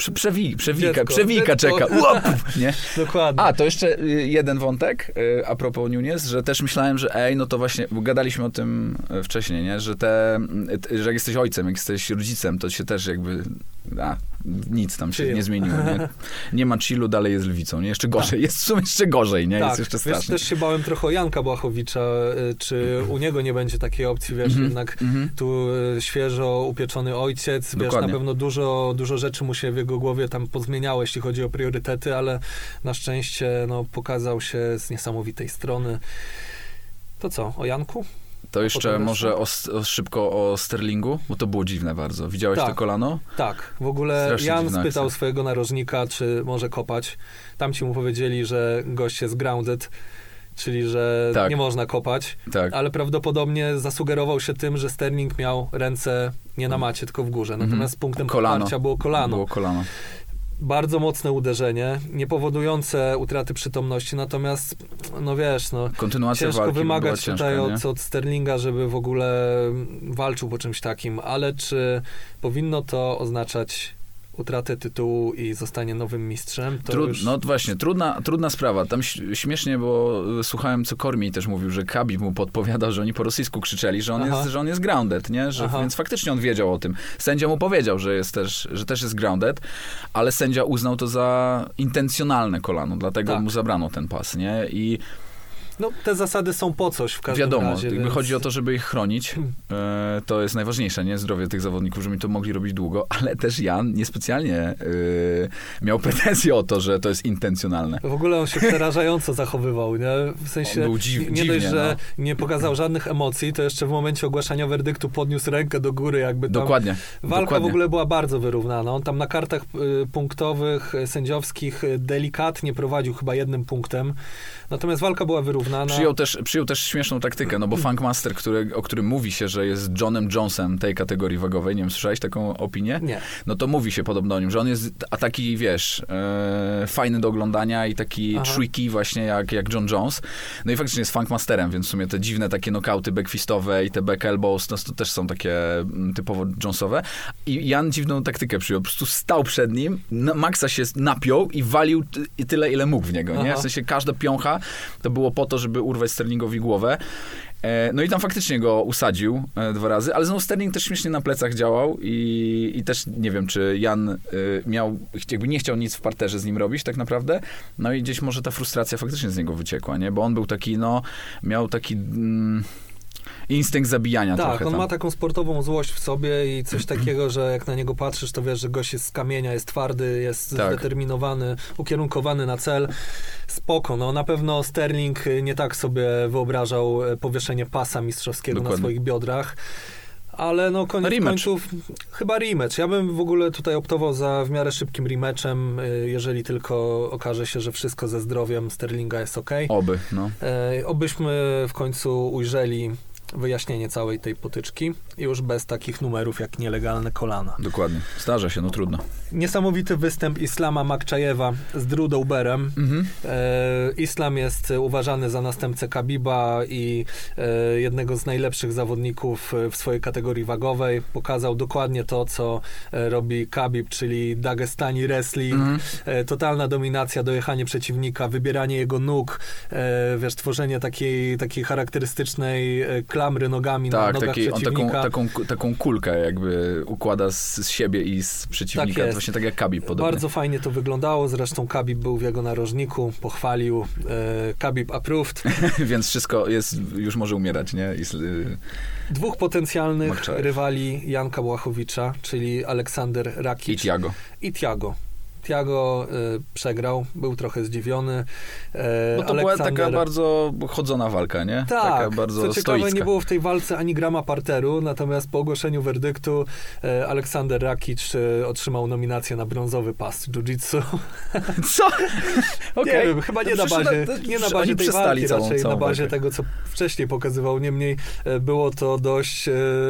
przewika czeka. Łop, nie? Dokładnie. A, to jeszcze jeden wątek a propos Nunes, że też myślałem, że no to właśnie, bo gadaliśmy o tym wcześniej, nie? Że że jak jesteś ojcem, jak jesteś rodzicem, to się też jakby nic tam się nie zmieniło, nie? Nie ma chillu, dalej jest lwicą, nie? Jeszcze gorzej, jest w sumie jeszcze gorzej, nie? Tak, jest jeszcze strasznie. Też się bałem trochę o Janka Błachowicza, czy u niego nie będzie takiej opcji, wiesz, jednak tu świeżo upieczony ojciec, wiesz, na pewno dużo rzeczy mu się w jego głowie tam pozmieniało, jeśli chodzi o priorytety, ale na szczęście pokazał się z niesamowitej strony. To co, o Janku? To jeszcze może szybko o Sterlingu, bo to było dziwne bardzo. Widziałeś to kolano? Tak. W ogóle strasznie Jan spytał swojego narożnika, czy może kopać. Tamci mu powiedzieli, że gość jest grounded, czyli że nie można kopać, ale prawdopodobnie zasugerował się tym, że Sterling miał ręce nie na macie, tylko w górze. Natomiast punktem poparcia było kolano. Bardzo mocne uderzenie, nie powodujące utraty przytomności, natomiast, no wiesz, no kontynuacja ciężko walki wymagać była tutaj ciężka, od Sterlinga, żeby w ogóle walczył po czymś takim, ale czy powinno to oznaczać utratę tytułu i zostanie nowym mistrzem? To już... No właśnie, trudna sprawa. Tam śmiesznie, bo słuchałem, co Cormier też mówił, że Khabib mu podpowiadał, że oni po rosyjsku krzyczeli, że on jest grounded, nie? Więc faktycznie on wiedział o tym. Sędzia mu powiedział, że też jest grounded, ale sędzia uznał to za intencjonalne kolano, dlatego mu zabrano ten pas, nie? I no, te zasady są po coś w każdym razie. Wiadomo, chodzi o to, żeby ich chronić. To jest najważniejsze, nie? Zdrowie tych zawodników, żeby to mogli robić długo, ale też Jan niespecjalnie miał pretensje o to, że to jest intencjonalne. W ogóle on się przerażająco zachowywał, nie? W sensie, był nie dość, że nie pokazał żadnych emocji, to jeszcze w momencie ogłaszania werdyktu podniósł rękę do góry, jakby tam... Dokładnie. Walka w ogóle była bardzo wyrównana. On tam na kartach punktowych, sędziowskich delikatnie prowadził chyba 1 punktem. Natomiast walka była wyrównana. Przyjął też śmieszną taktykę, no bo Funkmaster, o którym mówi się, że jest Johnem Jonesem tej kategorii wagowej, nie wiem, słyszałeś taką opinię? Nie. No to mówi się podobno o nim, że on jest taki, wiesz, fajny do oglądania i taki tricky właśnie jak John Jones. No i faktycznie jest Funkmasterem, więc w sumie te dziwne takie knockouty backfistowe i te back elbows, no to też są takie typowo Jonesowe. I Jan dziwną taktykę przyjął. Po prostu stał przed nim, Maxa się napiął i walił tyle, ile mógł w niego, nie? W sensie każda piącha to było po to, żeby urwać Sterlingowi głowę. No i tam faktycznie go usadził 2 razy, ale znowu Sterling też śmiesznie na plecach działał i też nie wiem, czy Jan nie chciał nic w parterze z nim robić tak naprawdę. No i gdzieś może ta frustracja faktycznie z niego wyciekła, nie? Bo on był taki, miał taki... instynkt zabijania trochę. Tak, on ma taką sportową złość w sobie i coś takiego, że jak na niego patrzysz, to wiesz, że gość jest z kamienia, jest twardy, jest zdeterminowany, ukierunkowany na cel. Spoko, no na pewno Sterling nie tak sobie wyobrażał powieszenie pasa mistrzowskiego na swoich biodrach. Ale no koniec końców chyba rematch. Ja bym w ogóle tutaj optował za w miarę szybkim rematchem, jeżeli tylko okaże się, że wszystko ze zdrowiem Sterlinga jest okej. Oby, no. Obyśmy w końcu ujrzeli wyjaśnienie całej tej potyczki już bez takich numerów jak nielegalne kolana. Dokładnie. Zdarza się, no trudno. Niesamowity występ Islama Makhchajewa z Drew Doberem. Islam jest uważany za następcę Khabiba i jednego z najlepszych zawodników w swojej kategorii wagowej. Pokazał dokładnie to, co robi Khabib, czyli Dagestani wrestling, totalna dominacja, dojechanie przeciwnika, wybieranie jego nóg, wiesz, tworzenie takiej charakterystycznej klamry nogami na nogach przeciwnika. Taką kulkę jakby układa z siebie i z przeciwnika. Tak właśnie tak jak Khabib podobnie. Bardzo fajnie to wyglądało. Zresztą Khabib był w jego narożniku, pochwalił. Khabib approved. Więc wszystko już może umierać, nie? Dwóch potencjalnych rywali Janka Błachowicza, czyli Aleksander Rakic i Thiago przegrał, był trochę zdziwiony. Bo to była taka bardzo chodzona walka, nie? Tak, taka bardzo co ciekawe, stoicka. nie było w tej walce ani grama parteru, natomiast po ogłoszeniu werdyktu Aleksander Rakic otrzymał nominację na brązowy pas jiu-jitsu. Co? Okay. Nie wiem, chyba nie na bazie tej walki, raczej na bazie tego, co wcześniej pokazywał. Niemniej było to dość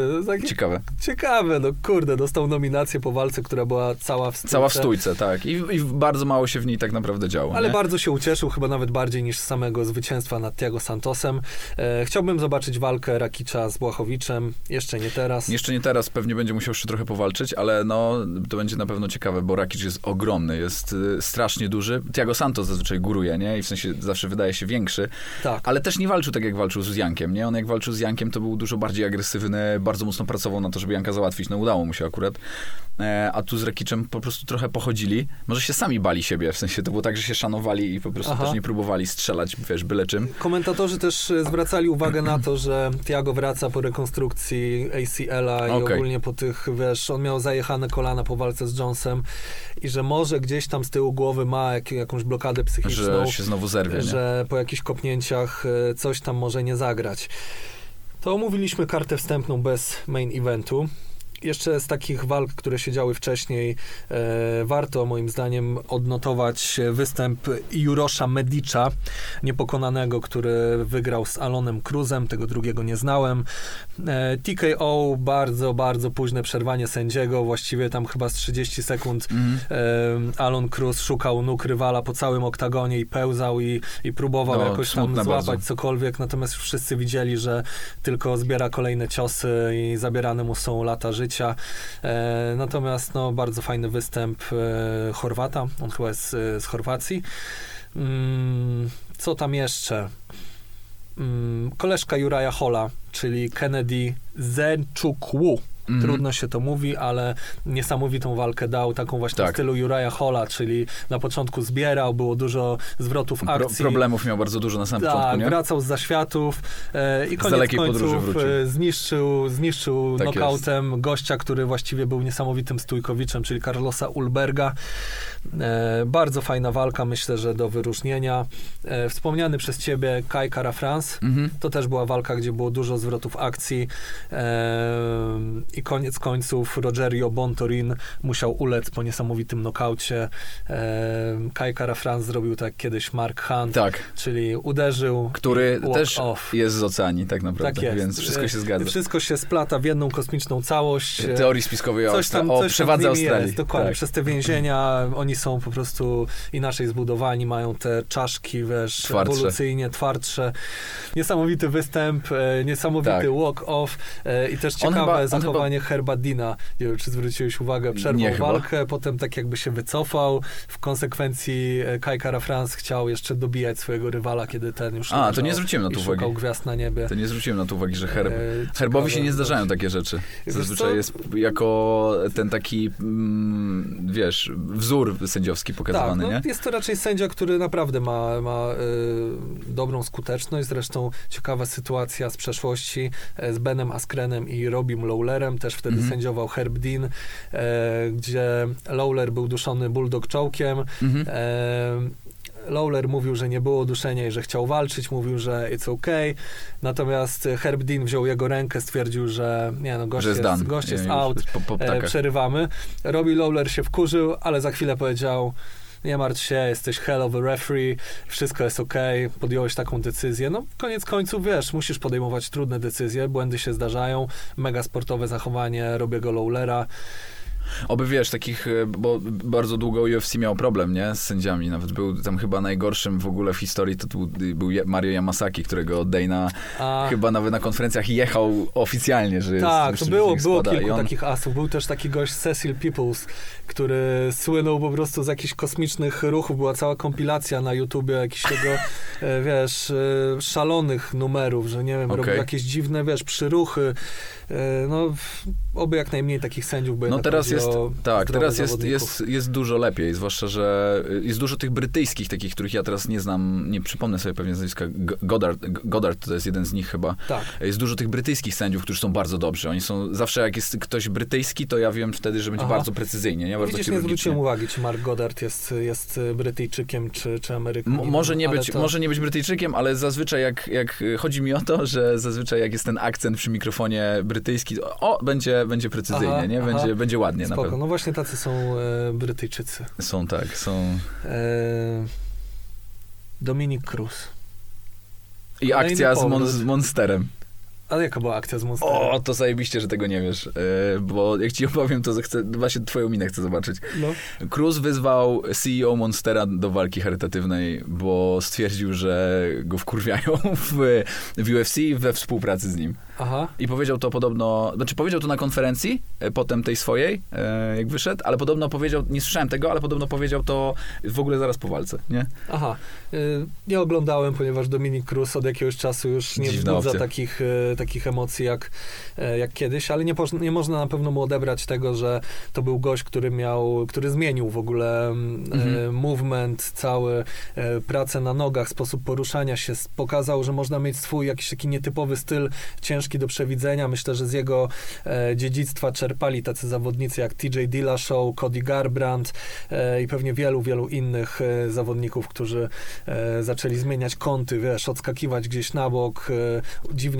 ciekawe. No kurde, dostał nominację po walce, która była cała w stójce. Cała w stójce, tak. I bardzo mało się w niej tak naprawdę działo. Ale nie? bardzo się ucieszył, chyba nawet bardziej niż z samego zwycięstwa nad Thiago Santosem. Chciałbym zobaczyć walkę Rakicza z Błachowiczem. Jeszcze nie teraz. Jeszcze nie teraz, pewnie będzie musiał jeszcze trochę powalczyć, ale to będzie na pewno ciekawe, bo Rakic jest ogromny, jest strasznie duży. Thiago Santos zazwyczaj góruje, nie? I w sensie zawsze wydaje się większy. Tak. Ale też nie walczył tak, jak walczył z Jankiem, nie? On jak walczył z Jankiem, to był dużo bardziej agresywny, bardzo mocno pracował na to, żeby Janka załatwić. No udało mu się akurat. A tu z Rakicem po prostu trochę pochodzili. Może się sami bali siebie, w sensie to było tak, że się szanowali i po prostu też nie próbowali strzelać, wiesz, byle czym. Komentatorzy też zwracali uwagę na to, że Thiago wraca po rekonstrukcji ACL-a i ogólnie po tych, wiesz, on miał zajechane kolana po walce z Jonesem i że może gdzieś tam z tyłu głowy ma jakąś blokadę psychiczną. Że się znowu zerwie, że po jakichś kopnięciach coś tam może nie zagrać. To omówiliśmy kartę wstępną bez main eventu. Jeszcze z takich walk, które się działy wcześniej, warto moim zdaniem odnotować występ Jurosza Medicza, niepokonanego, który wygrał z Alonem Cruzem, tego drugiego nie znałem. TKO, bardzo, bardzo późne przerwanie sędziego, właściwie tam chyba z 30 sekund Alon Cruz szukał nóg rywala po całym oktagonie i pełzał i próbował jakoś tam złapać bardzo. Cokolwiek, natomiast już wszyscy widzieli, że tylko zbiera kolejne ciosy i zabierane mu są lata życia. Natomiast no, bardzo fajny występ Chorwata, on chyba jest z Chorwacji. Co tam jeszcze? Koleżka Uriaha Halla, czyli Kennedy Nzechukwu. Trudno się to mówi, ale niesamowitą walkę dał, taką właśnie w stylu Uriaha Halla, czyli na początku zbierał, było dużo zwrotów akcji. Problemów miał bardzo dużo na samym początku, nie? Wracał z zaświatów i koniec końców zniszczył knockoutem gościa, który właściwie był niesamowitym stójkowiczem, czyli Carlosa Ulberga. Bardzo fajna walka, myślę, że do wyróżnienia. Wspomniany przez ciebie Kai Kara-France, to też była walka, gdzie było dużo zwrotów akcji i koniec końców Rogerio Bontorin musiał ulec po niesamowitym nokaucie. Kai Kara-France zrobił tak kiedyś Mark Hunt, czyli uderzył, który też jest z Oceanii tak naprawdę, tak więc wszystko się zgadza. Wszystko się splata w jedną kosmiczną całość. Teorii spiskowej o przewadze Australii. Jest, dokładnie, przez te więzienia oni są po prostu inaczej zbudowani, mają te czaszki, ewolucyjnie twardsze. Niesamowity występ, niesamowity walk-off i też ciekawe zachowanie Herba Deana. Nie wiem, czy zwróciłeś uwagę, przerwał walkę, potem tak jakby się wycofał. W konsekwencji Kai Kara-France chciał jeszcze dobijać swojego rywala, kiedy ten już to nie zwróciłem na to uwagi. Szukał gwiazd na niebie. To nie zwróciłem na to uwagi, że Herbowi się nie zdarzają takie rzeczy. Zazwyczaj jest jako ten taki, wzór sędziowski pokazywany, nie? Jest to raczej sędzia, który naprawdę ma dobrą skuteczność. Zresztą ciekawa sytuacja z przeszłości z Benem Askrenem i Robim Lawlerem. Też wtedy sędziował Herb Dean, gdzie Lawler był duszony bulldog choke'iem. Lawler mówił, że nie było duszenia i że chciał walczyć, mówił, że it's okay. Natomiast Herb Dean wziął jego rękę, stwierdził, że gość jest out, przerywamy. Robbie Lawler się wkurzył, ale za chwilę powiedział: nie martw się, jesteś hell of a referee, wszystko jest okej, podjąłeś taką decyzję. No, koniec końców, musisz podejmować trudne decyzje, błędy się zdarzają, mega sportowe zachowanie Robbiego Lawlera. Oby takich, bo bardzo długo UFC miał problem, nie? Z sędziami. Nawet był tam chyba najgorszym w ogóle w historii, to był Mario Yamasaki, którego Dana chyba nawet na konferencjach jechał oficjalnie, że tak, to było kilku takich asów. Był też taki gość Cecil Peoples, który słynął po prostu z jakichś kosmicznych ruchów. Była cała kompilacja na YouTubie jakichś tego, szalonych numerów, że nie wiem, robił jakieś dziwne, przyruchy. Oby jak najmniej takich sędziów, bo teraz jest dużo lepiej, zwłaszcza, że jest dużo tych brytyjskich takich, których ja teraz nie znam, nie przypomnę sobie pewnie nazwiska. Goddard to jest jeden z nich chyba. Tak. Jest dużo tych brytyjskich sędziów, którzy są bardzo dobrzy. Oni są, zawsze jak jest ktoś brytyjski, to ja wiem wtedy, że będzie bardzo precyzyjnie, nie? Bardzo nie zwróciłem uwagi, czy Mark Goddard jest Brytyjczykiem, czy Amerykaninem. Może nie być Brytyjczykiem, ale zazwyczaj jak chodzi mi o to, że zazwyczaj jak jest ten akcent przy mikrofonie brytyjski, będzie precyzyjnie, nie? Będzie ładnie na pewno. No właśnie tacy są Brytyjczycy. Są. Dominic Cruz. I akcja z Monsterem. Ale jaka była akcja z Monsterem? To zajebiście, że tego nie wiesz. Bo jak ci opowiem, to właśnie twoją minę chcę zobaczyć. Cruz wyzwał CEO Monstera do walki charytatywnej, bo stwierdził, że go wkurwiają w UFC we współpracy z nim. I powiedział to podobno, powiedział to na konferencji, potem tej swojej, jak wyszedł, ale podobno powiedział, nie słyszałem tego, ale podobno powiedział to w ogóle zaraz po walce, nie? Nie oglądałem, ponieważ Dominic Cruz od jakiegoś czasu już nie wzbudza takich emocji jak kiedyś, ale nie można na pewno mu odebrać tego, że to był gość, który zmienił w ogóle movement, cały pracę na nogach, sposób poruszania się, pokazał, że można mieć swój jakiś taki nietypowy styl, ciężki do przewidzenia. Myślę, że z jego dziedzictwa czerpali tacy zawodnicy jak TJ Dillashaw, Cody Garbrandt i pewnie wielu, wielu innych zawodników, którzy zaczęli zmieniać kąty, odskakiwać gdzieś na bok, dziwnie uderzać.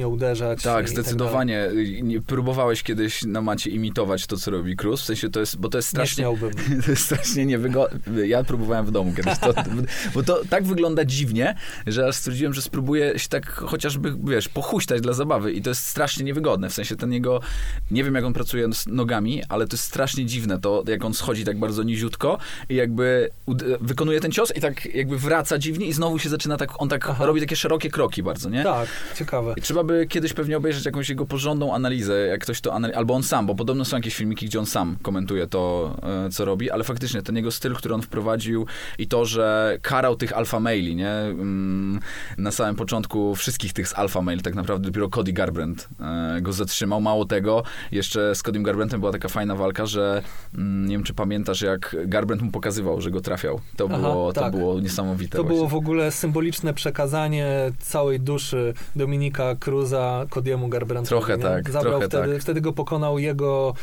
wypuszczać. Tak, zdecydowanie. Próbowałeś kiedyś na macie imitować to, co robi Cruz? W sensie bo to jest strasznie... Nie śmiałbym. To jest strasznie niewygodne. Ja próbowałem w domu kiedyś bo to tak wygląda dziwnie, że aż stwierdziłem, że spróbuję się tak chociażby, wiesz, pochuśtać dla zabawy i to jest strasznie niewygodne. W sensie ten jego... Nie wiem, jak on pracuje z nogami, ale to jest strasznie dziwne to, jak on schodzi tak bardzo niziutko i jakby wykonuje ten cios i tak jakby wraca dziwnie i znowu się zaczyna tak, on tak robi takie szerokie kroki bardzo, nie? Tak, ciekawe. I trzeba by kiedyś pewnie obejrzeć jakąś jego porządną analizę, jak ktoś to albo on sam, bo podobno są jakieś filmiki, gdzie on sam komentuje to, co robi, ale faktycznie ten jego styl, który on wprowadził i to, że karał tych alfa maili, nie? Na samym początku wszystkich tych z alfa mail, tak naprawdę dopiero Cody Garbrandt go zatrzymał. Mało tego, jeszcze z Codym Garbrandtem była taka fajna walka, że nie wiem, czy pamiętasz, jak Garbrandt mu pokazywał, że go trafiał. To było niesamowite. To właśnie. było w ogóle symboliczne przekazanie całej duszy Dominika Cruza Cody'emu Garbrandtowi. Trochę tak. Zabrał wtedy go pokonał jego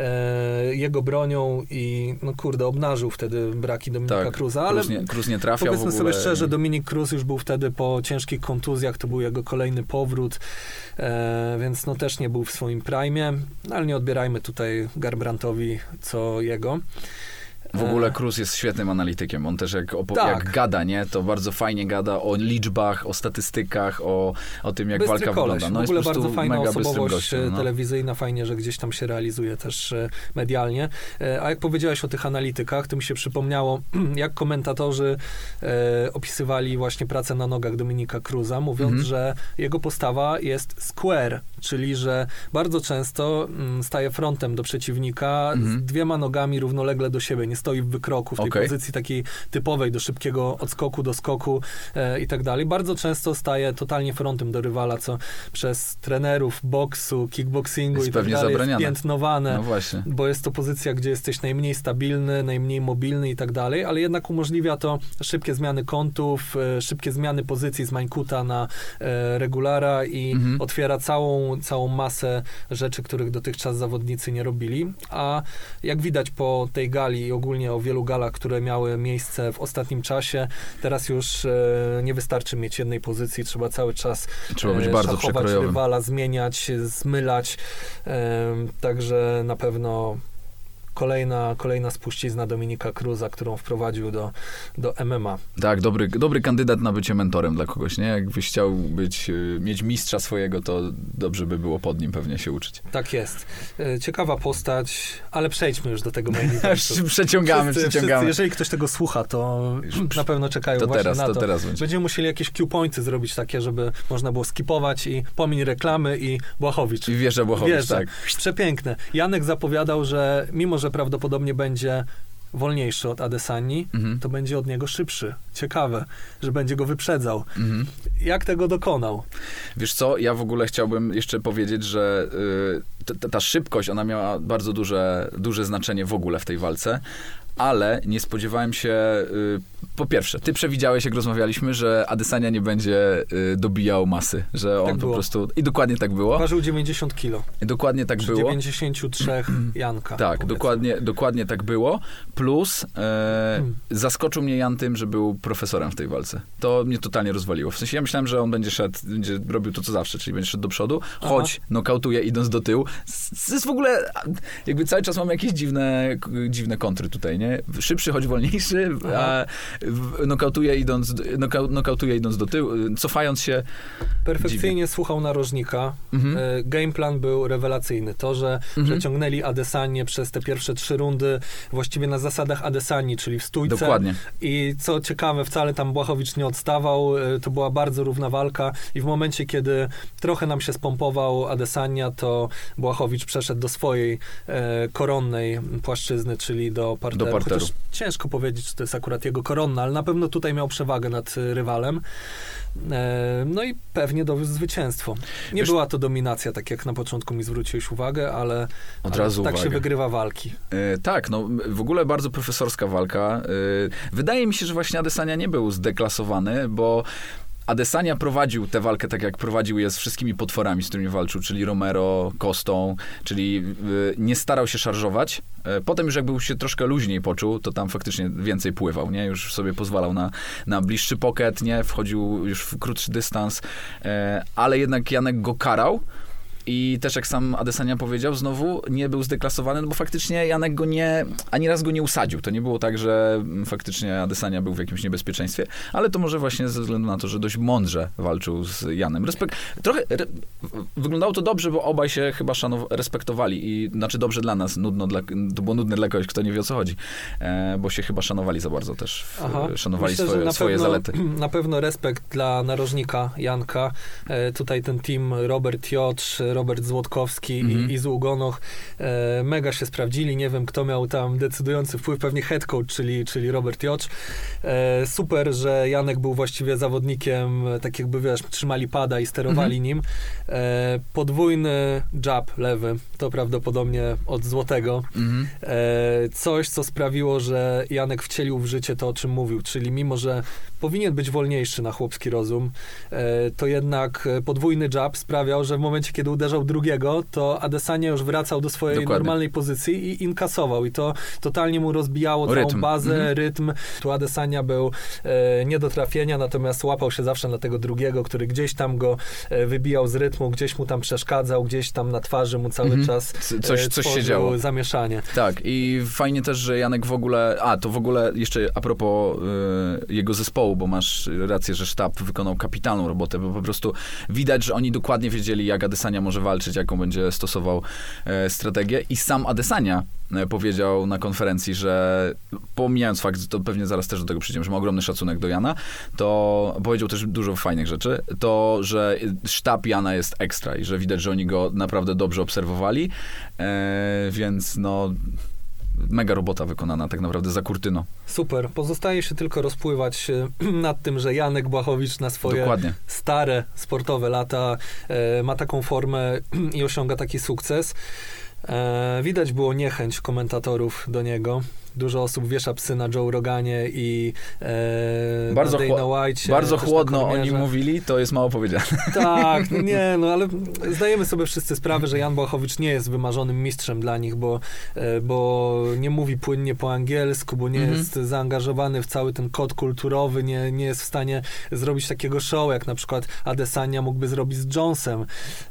bronią i obnażył wtedy braki Dominika Cruza. Ale Cruz nie trafiał powiedzmy w ogóle. sobie szczerze, Dominik Cruz już był wtedy po ciężkich kontuzjach, to był jego kolejny powrót, więc też nie był w swoim prime, ale nie odbierajmy tutaj Garbrandtowi co jego. W ogóle Cruz jest świetnym analitykiem. On też jak gada, nie? To bardzo fajnie gada o liczbach, o statystykach, o tym, jak bystry walka koleś. wygląda. W ogóle jest bardzo fajna osobowość gościem, telewizyjna. Fajnie, że gdzieś tam się realizuje też medialnie. A jak powiedziałeś o tych analitykach, to mi się przypomniało, jak komentatorzy opisywali właśnie pracę na nogach Dominika Cruza, mówiąc, że jego postawa jest square, czyli że bardzo często staje frontem do przeciwnika z dwiema nogami równolegle do siebie. Nie stoi w wykroku, w tej pozycji takiej typowej do szybkiego odskoku, do skoku i tak dalej. Bardzo często staje totalnie frontem do rywala, co przez trenerów boksu, kickboxingu i tak dalej jest piętnowane, bo jest to pozycja, gdzie jesteś najmniej stabilny, najmniej mobilny i tak dalej, ale jednak umożliwia to szybkie zmiany kątów, szybkie zmiany pozycji z mańkuta na regulara i otwiera całą masę rzeczy, których dotychczas zawodnicy nie robili, a jak widać po tej gali i ogólnie o wielu galach, które miały miejsce w ostatnim czasie, teraz już nie wystarczy mieć jednej pozycji, trzeba cały czas być bardzo szachować rywala, zmieniać, zmylać, także na pewno kolejna spuścizna Dominika Cruza, którą wprowadził do MMA. Tak, dobry kandydat na bycie mentorem dla kogoś, nie? Jakbyś chciał mieć mistrza swojego, to dobrze by było pod nim pewnie się uczyć. Tak jest. Ciekawa postać, ale przejdźmy już do tego main eventu. Przeciągamy. Jeżeli ktoś tego słucha, to na pewno czekają właśnie na to. Teraz Będziemy musieli jakieś cue-pointy zrobić takie, żeby można było skipować i pomiń reklamy i Błachowicz. I wjeżdża Błachowicz, tak. Przepiękne. Janek zapowiadał, że mimo, że prawdopodobnie będzie wolniejszy od Adesani, to będzie od niego szybszy. Ciekawe, że będzie go wyprzedzał. Jak tego dokonał? Wiesz co, ja w ogóle chciałbym jeszcze powiedzieć, że ta szybkość, ona miała bardzo duże znaczenie w ogóle w tej walce, ale nie spodziewałem się... Po pierwsze, ty przewidziałeś, jak rozmawialiśmy, że Adesanya nie będzie dobijał masy, że on tak po prostu... I dokładnie tak było. Ważył 90 kilo. Dokładnie tak było. 93 Janka. Tak, dokładnie tak było. Plus zaskoczył mnie Jan tym, że był profesorem w tej walce. To mnie totalnie rozwaliło. W sensie ja myślałem, że on będzie robił to, co zawsze, czyli będzie szedł do przodu, choć nokautuje idąc do tyłu. To jest w ogóle... Jakby cały czas mamy jakieś dziwne kontry tutaj, nie? Szybszy, choć wolniejszy, a nokautuje idąc do tyłu, cofając się. Perfekcyjnie dziwnie. Słuchał narożnika. Gameplan był rewelacyjny. To, że przeciągnęli Adesanię przez te pierwsze 3 rundy właściwie na zasadach Adesani, czyli w stójce. Dokładnie. I co ciekawe, wcale tam Błachowicz nie odstawał. To była bardzo równa walka i w momencie, kiedy trochę nam się spompował Adesania, to Błachowicz przeszedł do swojej koronnej płaszczyzny, czyli do parteru. Chociaż ciężko powiedzieć, czy to jest akurat jego koronna, ale na pewno tutaj miał przewagę nad rywalem. No i pewnie dowiózł zwycięstwo. Nie była to dominacja, tak jak na początku mi zwróciłeś uwagę, ale tak się wygrywa walki. Tak, no w ogóle bardzo profesorska walka. Wydaje mi się, że właśnie Adesanya nie był zdeklasowany, bo Adesanya prowadził tę walkę tak, jak prowadził je z wszystkimi potworami, z którymi walczył, czyli Romero, Costą, czyli nie starał się szarżować. Potem już jakby się troszkę luźniej poczuł, to tam faktycznie więcej pływał, nie? Już sobie pozwalał na bliższy pocket, nie? Wchodził już w krótszy dystans, ale jednak Janek go karał. I też jak sam Adesanya powiedział, znowu nie był zdeklasowany, no bo faktycznie Janek go ani raz go nie usadził. To nie było tak, że faktycznie Adesanya był w jakimś niebezpieczeństwie, ale to może właśnie ze względu na to, że dość mądrze walczył z Janem. Wyglądało to dobrze, bo obaj się chyba respektowali i znaczy dobrze dla nas, to było nudne dla kogoś, kto nie wie, o co chodzi, bo się chyba szanowali za bardzo też. Szanowali myślę, swoje zalety. Na pewno respekt dla narożnika Janka. Tutaj ten team Robert Jocz, Robert Złotkowski i Zługonoch mega się sprawdzili. Nie wiem, kto miał tam decydujący wpływ, pewnie head coach, czyli Robert Jocz. Super, że Janek był właściwie zawodnikiem, tak jakby, wiesz, trzymali pada i sterowali nim. Podwójny jab lewy, to prawdopodobnie od Złotego. Coś, co sprawiło, że Janek wcielił w życie to, o czym mówił, czyli mimo, że powinien być wolniejszy na chłopski rozum, to jednak podwójny jab sprawiał, że w momencie, kiedy uderzał drugiego, to Adesanya już wracał do swojej normalnej pozycji i inkasował. I to totalnie mu rozbijało całą bazę, rytm. Tu Adesanya był nie do trafienia, natomiast łapał się zawsze na tego drugiego, który gdzieś tam go wybijał z rytmu, gdzieś mu tam przeszkadzał, gdzieś tam na twarzy mu cały czas coś się działo. Zamieszanie. Tak, i fajnie też, że Janek w ogóle, to w ogóle jeszcze a propos jego zespołu, bo masz rację, że sztab wykonał kapitalną robotę, bo po prostu widać, że oni dokładnie wiedzieli, jak Adesanya może walczyć, jaką będzie stosował strategię i sam Adesanya powiedział na konferencji, że pomijając fakt, to pewnie zaraz też do tego przyjdziemy, że ma ogromny szacunek do Jana, to powiedział też dużo fajnych rzeczy, to, że sztab Jana jest ekstra i że widać, że oni go naprawdę dobrze obserwowali, więc no mega robota wykonana tak naprawdę za kurtyną. Super. Pozostaje się tylko rozpływać nad tym, że Janek Błachowicz na swoje stare sportowe lata ma taką formę i osiąga taki sukces. Widać było niechęć komentatorów do niego. Dużo osób wiesza psy na Joe Roganie i bardzo na Dana White. Bardzo chłodno o nim mówili, to jest mało powiedziane. Tak, ale zdajemy sobie wszyscy sprawę, że Jan Błachowicz nie jest wymarzonym mistrzem dla nich, bo nie mówi płynnie po angielsku, bo nie jest zaangażowany w cały ten kod kulturowy, nie jest w stanie zrobić takiego show, jak na przykład Adesanya mógłby zrobić z Jonesem.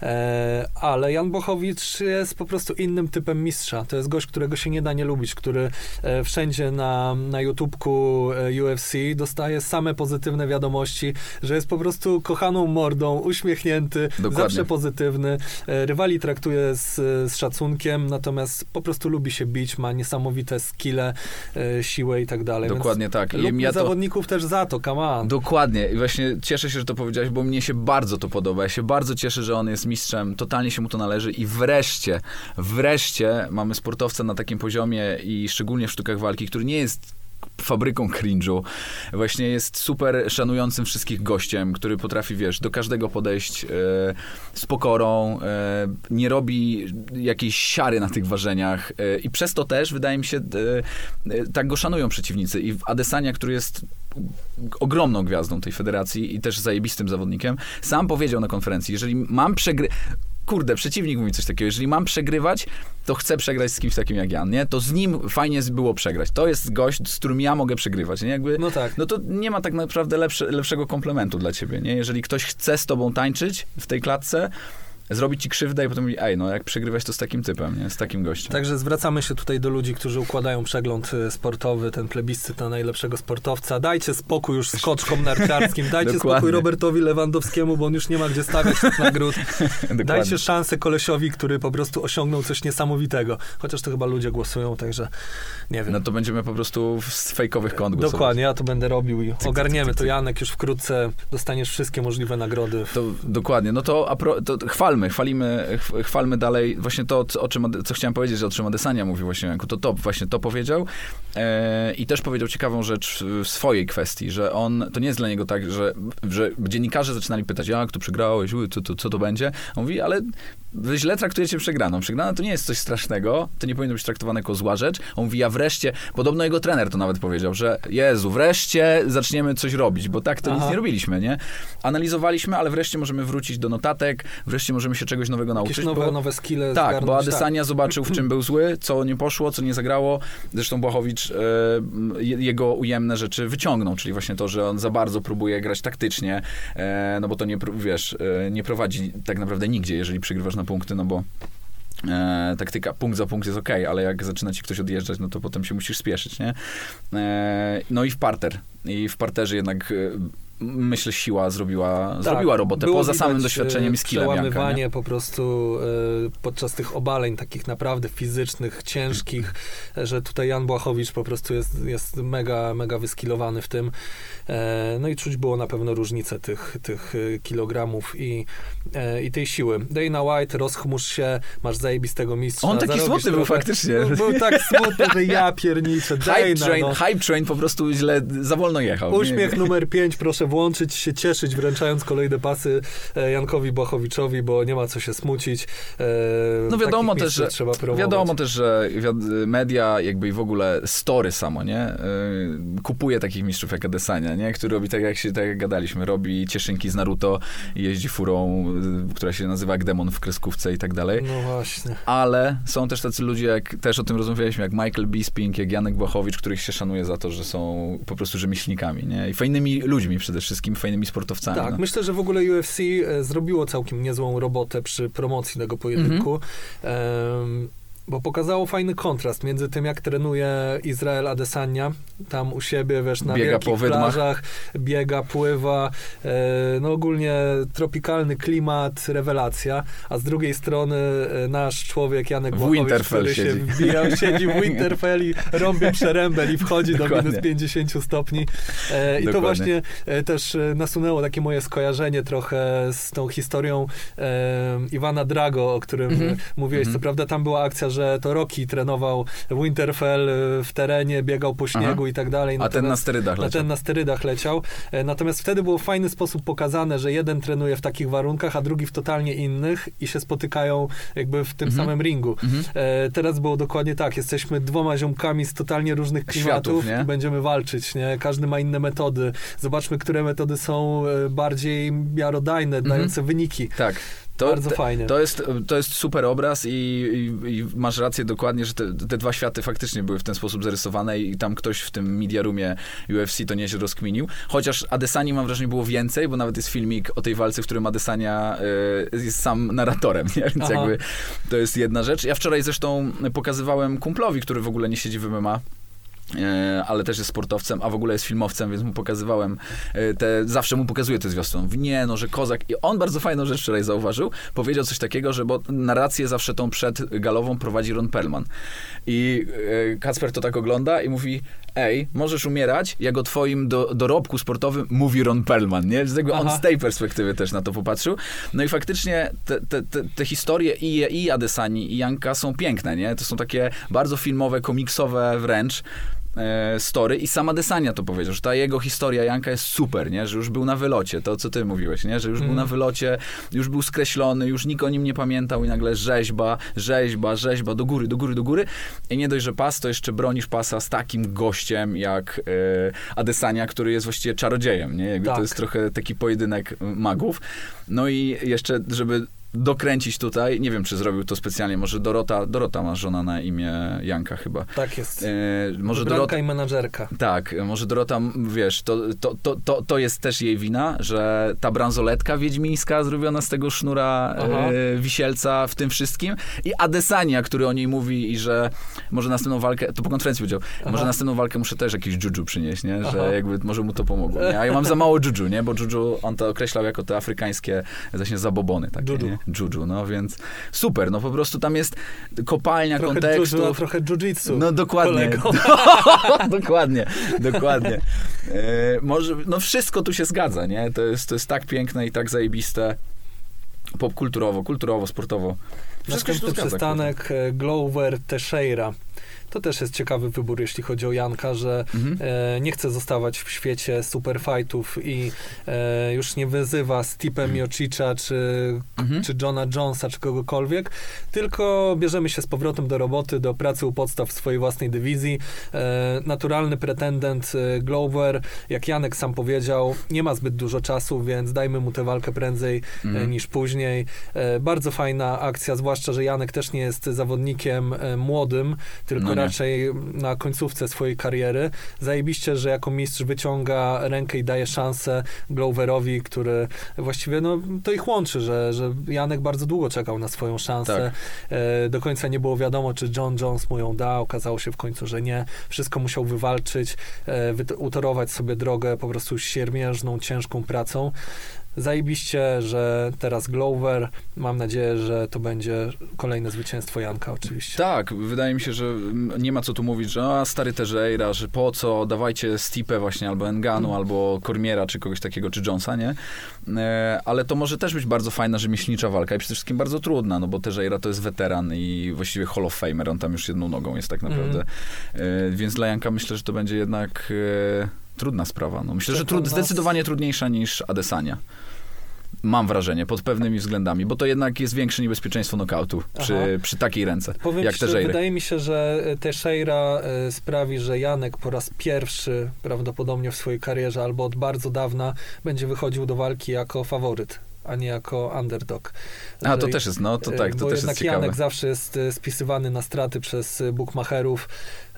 Ale Jan Błachowicz jest po prostu innym typem mistrza. To jest gość, którego się nie da nie lubić, który wszędzie na YouTubeku UFC dostaje same pozytywne wiadomości, że jest po prostu kochaną mordą, uśmiechnięty, zawsze pozytywny. Rywali traktuje z szacunkiem, natomiast po prostu lubi się bić, ma niesamowite skille, siłę i tak dalej. Dokładnie więc tak. Lubmy zawodników też za to, come on. Dokładnie. I właśnie cieszę się, że to powiedziałeś, bo mnie się bardzo to podoba. Ja się bardzo cieszę, że on jest mistrzem. Totalnie się mu to należy i wreszcie mamy sportowca na takim poziomie i szczególnie w sztukach walki, który nie jest fabryką cringe'u. Właśnie jest super szanującym wszystkich gościem, który potrafi, do każdego podejść z pokorą, nie robi jakiejś siary na tych ważeniach i przez to też, wydaje mi się, tak go szanują przeciwnicy. I Adesanya, który jest ogromną gwiazdą tej federacji i też zajebistym zawodnikiem, sam powiedział na konferencji, jeżeli mam przeciwnik mówi coś takiego, jeżeli mam przegrywać, to chcę przegrać z kimś takim jak Jan, nie? To z nim fajnie było przegrać. To jest gość, z którym ja mogę przegrywać, nie? No to nie ma tak naprawdę lepszego komplementu dla ciebie, nie? Jeżeli ktoś chce z tobą tańczyć w tej klatce, zrobić ci krzywdę i potem mówi, jak przegrywać to z takim typem, nie? Z takim gościem. Także zwracamy się tutaj do ludzi, którzy układają przegląd sportowy, ten plebiscyt na najlepszego sportowca. Dajcie spokój już skoczkom narciarskim, dajcie spokój Robertowi Lewandowskiemu, bo on już nie ma gdzie stawiać tych nagród. Dajcie szansę kolesiowi, który po prostu osiągnął coś niesamowitego. Chociaż to chyba ludzie głosują, także nie wiem. No to będziemy po prostu z fejkowych kont głosować. Dokładnie, ja to będę robił i ogarniemy to. Janek, już wkrótce dostaniesz wszystkie możliwe nagrody. To dokładnie. No to chwalmy chwalmy dalej właśnie to, co chciałem powiedzieć, że o czym Adesanya mówił właśnie, to właśnie to powiedział i też powiedział ciekawą rzecz w swojej kwestii, że to nie jest dla niego tak, że dziennikarze zaczynali pytać, jak tu przegrałeś, co to będzie? On mówi, ale wy źle traktujecie przegraną. Przegrana to nie jest coś strasznego, to nie powinno być traktowane jako zła rzecz. On mówi, ja wreszcie, podobno jego trener to nawet powiedział, że Jezu, wreszcie zaczniemy coś robić, bo tak to nic nie robiliśmy, nie? Analizowaliśmy, ale wreszcie możemy wrócić do notatek, wreszcie możemy się czegoś nowego nauczyć. Jakieś nowe skille tak, zgarnąć, bo Adesanya zobaczył, w czym był zły, co nie poszło, co nie zagrało. Zresztą Błachowicz jego ujemne rzeczy wyciągnął, czyli właśnie to, że on za bardzo próbuje grać taktycznie, no bo to nie prowadzi tak naprawdę nigdzie, jeżeli przegrywasz na punkty, no bo taktyka punkt za punkt jest okej, ale jak zaczyna ci ktoś odjeżdżać, no to potem się musisz spieszyć, nie? No i w parter. I w parterze jednak myślę, siła zrobiła robotę, poza samym doświadczeniem i skillem Janka. Przełamywanie po prostu podczas tych obaleń takich naprawdę fizycznych, ciężkich, że tutaj Jan Błachowicz po prostu jest mega, mega wyskillowany w tym. No i czuć było na pewno różnicę tych kilogramów i tej siły. Dana White, rozchmurz się, masz zajebistego mistrza. On taki smutny był faktycznie. Był tak smutny, że ja pierniczę. Hype train po prostu za wolno jechał. Uśmiech numer 5, proszę włączyć się, cieszyć, wręczając kolejne pasy Jankowi Błachowiczowi, bo nie ma co się smucić. No wiadomo też, że media jakby i w ogóle story samo, nie? Kupuje takich mistrzów jak Adesanya, nie? Który robi tak jak gadaliśmy, robi cieszynki z Naruto, jeździ furą, która się nazywa jak demon w kreskówce i tak dalej. No właśnie. Ale są też tacy ludzie, jak też o tym rozmawialiśmy, jak Michael Bisping, jak Janek Błachowicz, których się szanuje za to, że są po prostu rzemieślnikami, nie? I fajnymi ludźmi przede wszystkim, fajnymi sportowcami. Tak, no. Myślę, że w ogóle UFC zrobiło całkiem niezłą robotę przy promocji tego pojedynku. Bo pokazało fajny kontrast między tym, jak trenuje Izrael Adesanya, tam u siebie, wiesz, na wielkich plażach, biega, pływa, no ogólnie tropikalny klimat, rewelacja, a z drugiej strony nasz człowiek Janek Błachowicz, który się wbijał, siedzi w Winterfell i rąbie przerębel i wchodzi do minus 50 stopni. I to właśnie też nasunęło takie moje skojarzenie trochę z tą historią Iwana Drago, o którym mówiłeś. Co prawda tam była akcja, że to Rocky trenował Winterfell w terenie, biegał po śniegu i tak dalej. A ten na sterydach leciał. Ten na sterydach leciał. Natomiast wtedy było w fajny sposób pokazane, że jeden trenuje w takich warunkach, a drugi w totalnie innych i się spotykają jakby w tym samym ringu. Teraz było dokładnie tak. Jesteśmy dwoma ziomkami z totalnie różnych klimatów i będziemy walczyć, nie? Każdy ma inne metody. Zobaczmy, które metody są bardziej miarodajne, dające wyniki. Tak. Bardzo fajnie. To jest super obraz i masz rację dokładnie, że te dwa światy faktycznie były w ten sposób zarysowane i tam ktoś w tym media roomie UFC to nieźle rozkminił. Chociaż Adesanii, mam wrażenie, było więcej, bo nawet jest filmik o tej walce, w którym Adesanya jest sam narratorem, nie? Więc jakby to jest jedna rzecz. Ja wczoraj zresztą pokazywałem kumplowi, który w ogóle nie siedzi w MMA, ale też jest sportowcem, a w ogóle jest filmowcem, więc mu pokazywałem zawsze mu pokazuję te zwiastuny. Mówi, nie, no, że kozak. I on bardzo fajną rzecz wczoraj zauważył. Powiedział coś takiego, że bo narrację zawsze tą przedgalową prowadzi Ron Perlman. I Kacper to tak ogląda i mówi, ej, możesz umierać, jak o twoim dorobku sportowym mówi Ron Perlman, nie? Więc jakby on z tej perspektywy też na to popatrzył. No i faktycznie te historie i Adesanii, i Janka są piękne, nie? To są takie bardzo filmowe, komiksowe wręcz story i sama Adesanya to powiedział, że ta jego historia Janka jest super, nie? Że już był na wylocie, to co ty mówiłeś, nie? Że już był na wylocie, już był skreślony, już nikt o nim nie pamiętał i nagle rzeźba, do góry i nie dość, że pas, to jeszcze bronisz pasa z takim gościem jak Adesanya, który jest właściwie czarodziejem, nie? Jakby to jest trochę taki pojedynek magów. No i jeszcze, żeby dokręcić tutaj, nie wiem, czy zrobił to specjalnie, może Dorota ma żona na imię Janka chyba. Tak jest. Może Dorota i menadżerka. Tak, może Dorota, wiesz, to jest też jej wina, że ta bransoletka wiedźmińska zrobiona z tego sznura wisielca w tym wszystkim i Adesanya, który o niej mówi i że może następną walkę, to po konferencji powiedział, może następną walkę muszę też jakieś juju przynieść, nie? Że jakby może mu to pomogło, nie? A ja mam za mało juju, nie? Bo juju on to określał jako te afrykańskie właśnie zabobony takie, nie? Juju, no więc super, no po prostu tam jest kopalnia trochę kontekstów. Juju, a trochę jiu-jitsu. No dokładnie. dokładnie. Może, no wszystko tu się zgadza, nie? To jest tak piękne i tak zajebiste. popkulturowo, kulturowo, sportowo. Wszystko się tu Następny zgadza, przystanek Glover Teixeira. To też jest ciekawy wybór, jeśli chodzi o Janka, że nie chce zostawać w świecie superfightów i już nie wyzywa Stipe Miocicza, czy Johna Jonesa, czy kogokolwiek, tylko bierzemy się z powrotem do roboty, do pracy u podstaw swojej własnej dywizji. Naturalny pretendent Glover, jak Janek sam powiedział, nie ma zbyt dużo czasu, więc dajmy mu tę walkę prędzej niż później. Bardzo fajna akcja, zwłaszcza, że Janek też nie jest zawodnikiem młodym, tylko raczej na końcówce swojej kariery. Zajebiście, że jako mistrz wyciąga rękę i daje szansę Gloverowi, który właściwie, to ich łączy, że Janek bardzo długo czekał na swoją szansę. Tak. Do końca nie było wiadomo, czy John Jones mu ją da. Okazało się w końcu, że nie. Wszystko musiał wywalczyć, utorować sobie drogę po prostu siermiężną, ciężką pracą. Zajebiście, że teraz Glover. Mam nadzieję, że to będzie kolejne zwycięstwo Janka oczywiście. Tak, wydaje mi się, że nie ma co tu mówić, że stary Teixeira, że po co, dawajcie Stipe właśnie, albo Nganu, albo Cormiera, czy kogoś takiego, czy Jonesa, nie? Ale to może też być bardzo fajna, rzemieślnicza walka i przede wszystkim bardzo trudna, no bo Teixeira to jest weteran i właściwie Hall of Famer, on tam już jedną nogą jest tak naprawdę. Więc dla Janka myślę, że to będzie jednak trudna sprawa. No, myślę, że zdecydowanie trudniejsza niż Adesanya. Mam wrażenie, pod pewnymi względami, bo to jednak jest większe niebezpieczeństwo nokautu przy takiej ręce, powiem jak Teixeira. Wydaje mi się, że Teixeira sprawi, że Janek po raz pierwszy prawdopodobnie w swojej karierze albo od bardzo dawna będzie wychodził do walki jako faworyt, a nie jako underdog. To też jest, to tak, to też jest ciekawe. Janek zawsze jest spisywany na straty przez bookmacherów.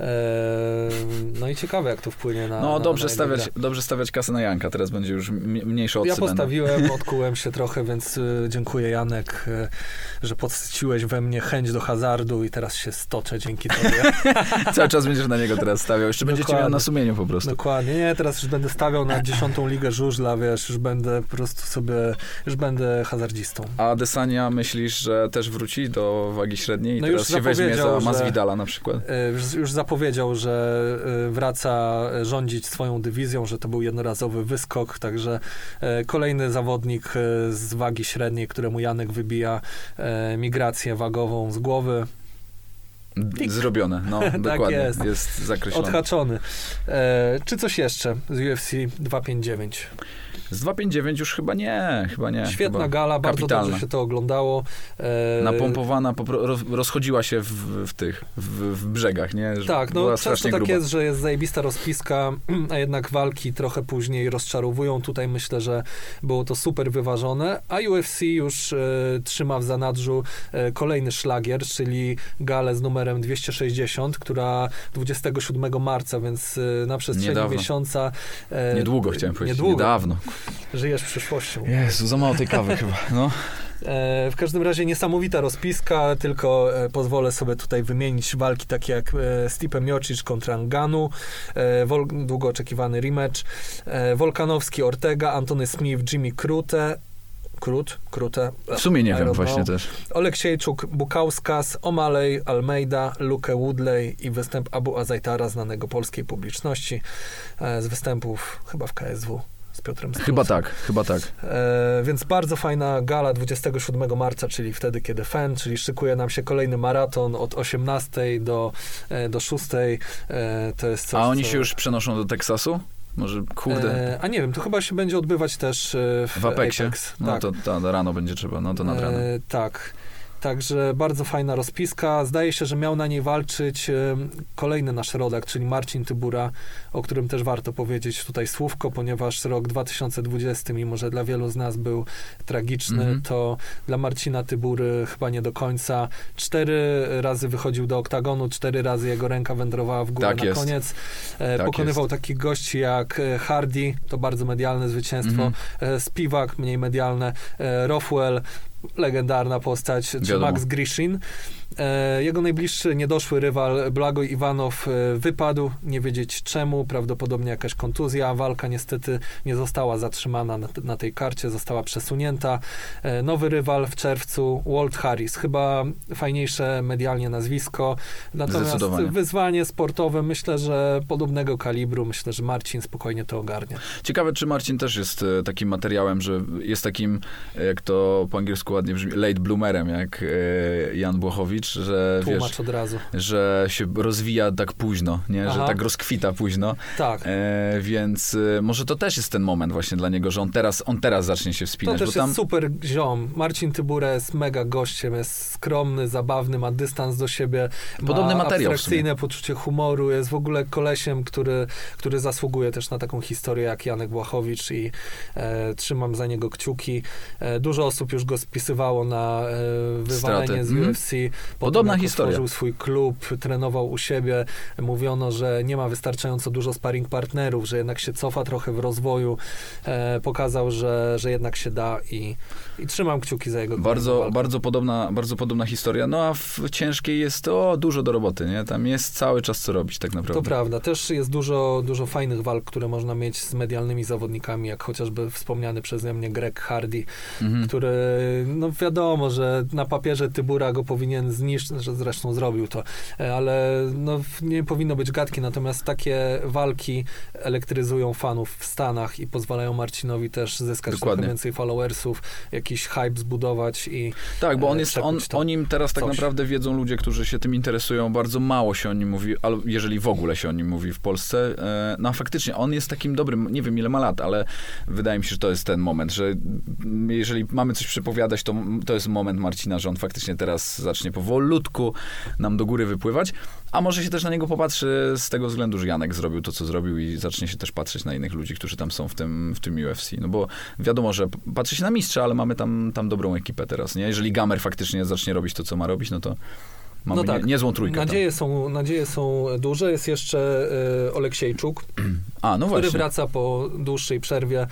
No i ciekawe, jak to wpłynie na dobrze stawiać kasę na Janka, teraz będzie już mniejsze odsyny. Ja postawiłem, odkułem się trochę, więc dziękuję, Janek, że podsyciłeś we mnie chęć do hazardu i teraz się stoczę dzięki tobie. Cały czas będziesz na niego teraz stawiał, jeszcze będziecie miał na sumieniu po prostu. Dokładnie, nie, teraz już będę stawiał na 10. ligę żużla, wiesz, już będę po prostu już będę hazardzistą. A Adesanya myślisz, że też wróci do wagi średniej i teraz się weźmie za Masvidala na przykład? Już zapowiedział, że wraca rządzić swoją dywizją, że to był jednorazowy wyskok, także kolejny zawodnik z wagi średniej, któremu Janek wybija migrację wagową z głowy. Zrobione, dokładnie. Tak jest zakreślone. Odhaczony. Czy coś jeszcze z UFC 259? Z 259 już chyba nie. Świetna gala, bardzo dobrze się to oglądało. Napompowana, rozchodziła się w brzegach, nie? Tak, często tak jest, że jest zajebista rozpiska, a jednak walki trochę później rozczarowują. Tutaj myślę, że było to super wyważone, a UFC już trzyma w zanadrzu kolejny szlagier, czyli galę z numerem 260, która 27 marca, więc na przestrzeni miesiąca... Niedługo chciałem powiedzieć, niedawno. Żyjesz przyszłością. Jezu, za mało tej kawy chyba, W każdym razie niesamowita rozpiska, tylko pozwolę sobie tutaj wymienić walki takie jak Stipe Miocic kontra Ngannou, długo oczekiwany rematch, Volkanowski Ortega, Antony Smith, Jimmy Crute. W sumie nie wiem właśnie też. Oleksiejczuk, Bukauskas, O'Malley, Almeida, Luke Woodley i występ Abu Azaitara, znanego polskiej publiczności, z występów chyba w KSW. Z Piotrem Strusem. Chyba tak. Więc bardzo fajna gala 27 marca, czyli wtedy, kiedy czyli szykuje nam się kolejny maraton od 18 do 6. To jest coś, a oni się już przenoszą do Teksasu? Może, kurde. A nie wiem, to chyba się będzie odbywać też w Apexie? Apex. No tak. to rano będzie trzeba, to nad ranem. Tak. Także bardzo fajna rozpiska. Zdaje się, że miał na niej walczyć kolejny nasz rodak, czyli Marcin Tybura, o którym też warto powiedzieć tutaj słówko, ponieważ rok 2020, mimo że dla wielu z nas był tragiczny, to dla Marcina Tybury chyba nie do końca. 4 razy wychodził do oktagonu, 4 razy jego ręka wędrowała w górę na koniec. Pokonywał takich gości jak Hardy, to bardzo medialne zwycięstwo, Spivak, mniej medialne, Rothwell, legendarna postać, czy Max Grishin. Jego najbliższy niedoszły rywal Blagoj Iwanow wypadł, nie wiedzieć czemu, prawdopodobnie jakaś kontuzja. Walka niestety nie została zatrzymana na tej karcie, została przesunięta. Nowy rywal w czerwcu, Walt Harris, chyba fajniejsze medialnie nazwisko, natomiast wyzwanie sportowe, myślę, że podobnego kalibru, myślę, że Marcin spokojnie to ogarnia. Ciekawe, czy Marcin też jest takim materiałem, że jest takim, jak to po angielsku polsku ładnie brzmi, late bloomerem, jak Jan Błachowicz, że Tłumacz wiesz, od razu. że się rozwija tak późno, nie? Że tak rozkwita późno. Tak. Więc może to też jest ten moment właśnie dla niego, że on teraz zacznie się wspinać. To też bo jest super ziom. Marcin Tybura jest mega gościem, jest skromny, zabawny, ma dystans do siebie. Podobny ma materiał abstrakcyjne poczucie humoru, jest w ogóle kolesiem, który zasługuje też na taką historię jak Janek Błachowicz i trzymam za niego kciuki. Dużo osób już go spisywało na wywalenie z UFC. Podobna jak historia. Otworzył swój klub, trenował u siebie. Mówiono, że nie ma wystarczająco dużo sparring partnerów, że jednak się cofa trochę w rozwoju. Pokazał, że jednak się da i trzymam kciuki za jego bardzo podobna historia. No a w ciężkiej jest dużo do roboty, nie? Tam jest cały czas co robić tak naprawdę. To prawda. Też jest dużo fajnych walk, które można mieć z medialnymi zawodnikami, jak chociażby wspomniany przeze mnie Greg Hardy, który, no wiadomo, że na papierze Tybura go powinien zniszczyć, że zresztą zrobił to, ale no nie powinno być gadki, natomiast takie walki elektryzują fanów w Stanach i pozwalają Marcinowi też zyskać trochę więcej followersów, jakiś hype zbudować i tak, bo o nim teraz tak naprawdę wiedzą ludzie, którzy się tym interesują, bardzo mało się o nim mówi, ale jeżeli w ogóle się o nim mówi w Polsce. No a faktycznie on jest takim dobrym, nie wiem ile ma lat, ale wydaje mi się, że to jest ten moment, że jeżeli mamy coś przepowiadać, to jest moment Marcina, że on faktycznie teraz zacznie powolutku nam do góry wypływać, a może się też na niego popatrzy z tego względu, że Janek zrobił to, co zrobił i zacznie się też patrzeć na innych ludzi, którzy tam są w tym UFC. No bo wiadomo, że patrzy się na mistrza, ale mamy tam dobrą ekipę teraz, nie? Jeżeli Gamer faktycznie zacznie robić to, co ma robić, no to mamy niezłą trójkę. Nadzieje są duże. Jest jeszcze Oleksiejczuk, który wraca po dłuższej przerwie.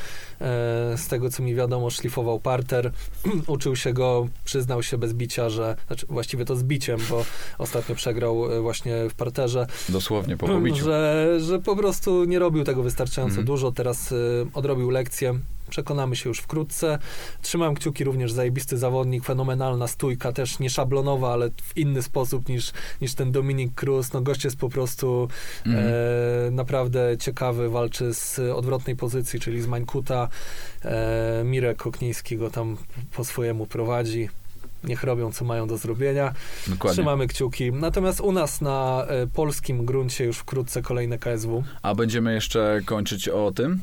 Z tego, co mi wiadomo, szlifował parter. Uczył się go, przyznał się bez bicia, znaczy właściwie to z biciem, bo ostatnio przegrał właśnie w parterze. Dosłownie po pobiciu. Że po prostu nie robił tego wystarczająco dużo. Teraz odrobił lekcję. Przekonamy się już wkrótce. Trzymam kciuki również, zajebisty zawodnik, fenomenalna stójka, też nie szablonowa, ale w inny sposób niż ten Dominik Cruz. No gość jest po prostu naprawdę ciekawy, walczy z odwrotnej pozycji, czyli z Mańkuta. Mirek Okniński go tam po swojemu prowadzi. Niech robią, co mają do zrobienia. Dokładnie. Trzymamy kciuki. Natomiast u nas na polskim gruncie już wkrótce kolejne KSW. A będziemy jeszcze kończyć o tym?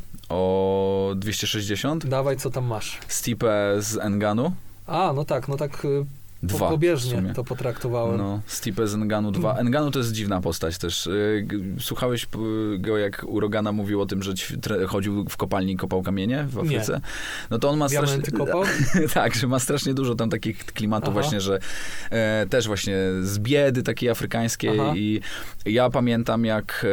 O 260? Dawaj, co tam masz? Stipe z Nganu. No tak. Dwa, pobieżnie to potraktowałem. No, Stipe z Nganu 2. Nganu to jest dziwna postać też. Słuchałeś go, jak u Rogana mówił o tym, że chodził w kopalni i kopał kamienie w Afryce? Nie. No to on ma strasznie... kopał? Tak, że ma strasznie dużo tam takich klimatów właśnie, że też właśnie z biedy takiej afrykańskiej i ja pamiętam jak...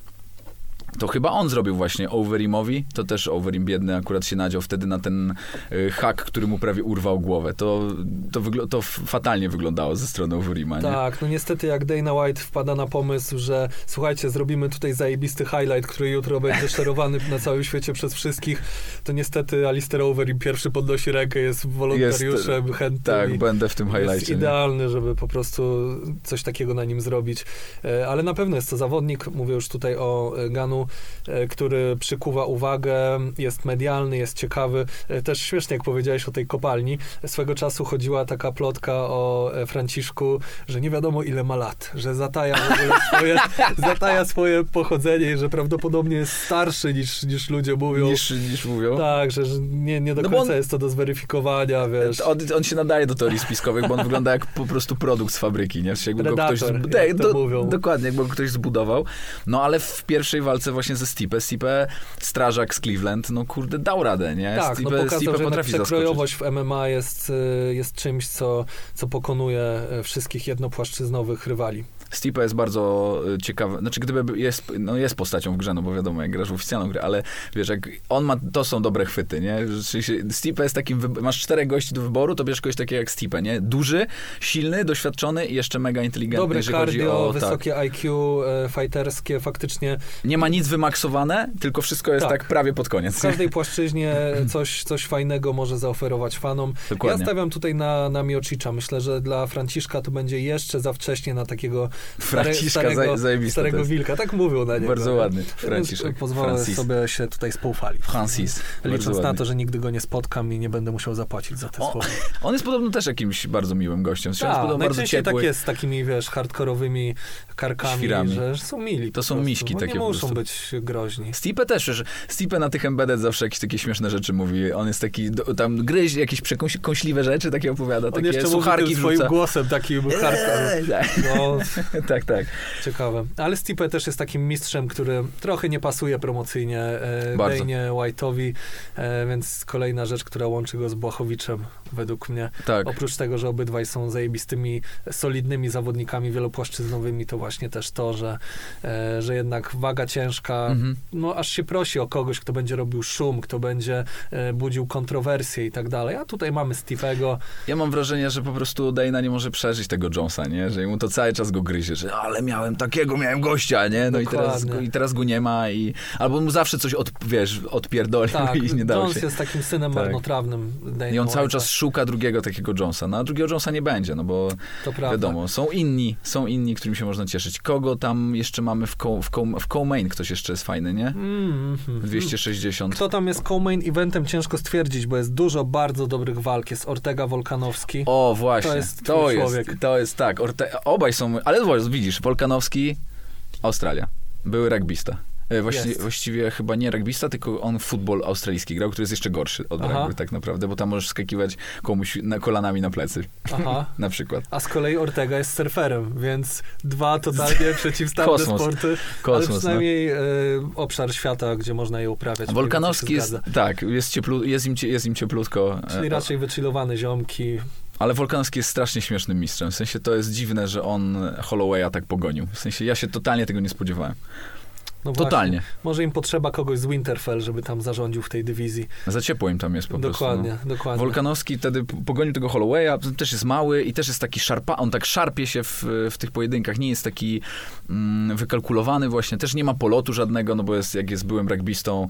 To chyba on zrobił właśnie Overeemowi, to też Overeem biedny akurat się nadział wtedy na ten hak, który mu prawie urwał głowę. To fatalnie wyglądało ze strony Overeema, nie? Tak, no niestety jak Dana White wpada na pomysł, że słuchajcie, zrobimy tutaj zajebisty highlight, który jutro będzie szerowany na całym świecie przez wszystkich, to niestety Alistair Overeem pierwszy podnosi rękę, jest wolontariuszem, chętnym. Tak, będę w tym highlightie. Jest idealny, żeby po prostu coś takiego na nim zrobić. Ale na pewno jest to zawodnik, mówię już tutaj o Ganu, który przykuwa uwagę, jest medialny, jest ciekawy. Też śmiesznie, jak powiedziałeś o tej kopalni. Swego czasu chodziła taka plotka o Franciszku, że nie wiadomo ile ma lat, że zataja w ogóle swoje pochodzenie i że prawdopodobnie jest starszy niż ludzie mówią. Niż mówią. Tak, że nie do końca jest to do zweryfikowania, wiesz. On się nadaje do teorii spiskowych, bo on wygląda jak po prostu produkt z fabryki, nie? Jakby Predator, go ktoś mówią. Dokładnie, jakby go ktoś zbudował. No ale w pierwszej walce właśnie ze Stipe, strażak z Cleveland, no kurde, dał radę, nie? Tak, pokazał, Stipe że potrafi przekrojowość w MMA jest czymś, co pokonuje wszystkich jednopłaszczyznowych rywali. Stipe jest bardzo ciekawy, znaczy jest postacią w grze, no bo wiadomo, jak grasz w oficjalną grę, ale wiesz, jak on ma, to są dobre chwyty, nie? Stipe jest takim, masz 4 gości do wyboru, to bierz kogoś takiego jak Stipe, nie? Duży, silny, doświadczony i jeszcze mega inteligentny. Dobre cardio, wysokie IQ, fighterskie, faktycznie. Nie ma nic nic wymaksowane, tylko wszystko jest tak prawie pod koniec. W każdej płaszczyźnie coś fajnego może zaoferować fanom. Dokładnie. Ja stawiam tutaj na Miocicza. Myślę, że dla Franciszka to będzie jeszcze za wcześnie na takiego starego wilka. Tak mówią na niego. Bardzo ładny Franciszek. Pozwolę sobie się tutaj spoufalić. Francis. Licząc na to, że nigdy go nie spotkam i nie będę musiał zapłacić za te słowa. On jest podobno też jakimś bardzo miłym gościem. Najczęściej tak jest z takimi, hardkorowymi karkami, Świrami. że są mili. To są miśki takie nie muszą być groźni. Stipe też, że Stipe na tych embedded zawsze jakieś takie śmieszne rzeczy mówi. On jest taki, tam gryź jakieś przekąśliwe rzeczy takie opowiada, takie jeszcze sucharki mówi swoim głosem takim hardcore. No, tak. Ciekawe. Ale Stipe też jest takim mistrzem, który trochę nie pasuje promocyjnie Danie White'owi, więc kolejna rzecz, która łączy go z Błachowiczem, według mnie. Tak. Oprócz tego, że obydwaj są zajebistymi, solidnymi zawodnikami wielopłaszczyznowymi, to właśnie też to, że jednak waga ciężka, no aż się prosi o kogoś, kto będzie robił szum, kto będzie budził kontrowersje i tak dalej. A tutaj mamy Stevego. Ja mam wrażenie, że po prostu Dana nie może przeżyć tego Jonesa, nie? Że mu to cały czas go gryzie, że ale miałem gościa, nie? No i teraz go nie ma albo mu zawsze coś odpierdolił i nie dało Jones się. jest takim synem marnotrawnym. I on cały czas szuka drugiego takiego Jonesa. No a drugiego Jonesa nie będzie, no bo wiadomo, są inni, którymi się można cieszyć. Kogo tam jeszcze mamy w co-main? Ktoś jeszcze jest fajny, nie? 260. Kto tam jest co-main eventem, ciężko stwierdzić, bo jest dużo bardzo dobrych walk. Jest Ortega Volkanowski. O, właśnie. To jest tak. Obaj są, ale widzisz, Volkanowski, Australia. Były rugbista. Właściwie chyba nie rugbista, tylko on futbol australijski grał, który jest jeszcze gorszy od rugby tak naprawdę, bo tam możesz skakiwać komuś kolanami na plecy. Na przykład. A z kolei Ortega jest surferem, więc dwa totalnie przeciwstawne sporty, ale przynajmniej obszar świata, gdzie można je uprawiać. Volkanowski jest jest im cieplutko. Czyli raczej wychillowane ziomki. Ale Volkanowski jest strasznie śmiesznym mistrzem. W sensie to jest dziwne, że on Hollowaya tak pogonił. W sensie ja się totalnie tego nie spodziewałem. No totalnie. Właśnie. Może im potrzeba kogoś z Winterfell, żeby tam zarządził w tej dywizji. Za ciepło im tam jest po prostu. Dokładnie. Volkanowski wtedy pogonił tego Hollowaya, też jest mały i też jest taki on tak szarpie się w tych pojedynkach, nie jest taki wykalkulowany właśnie, też nie ma polotu żadnego, no bo jak jest byłym rugbystą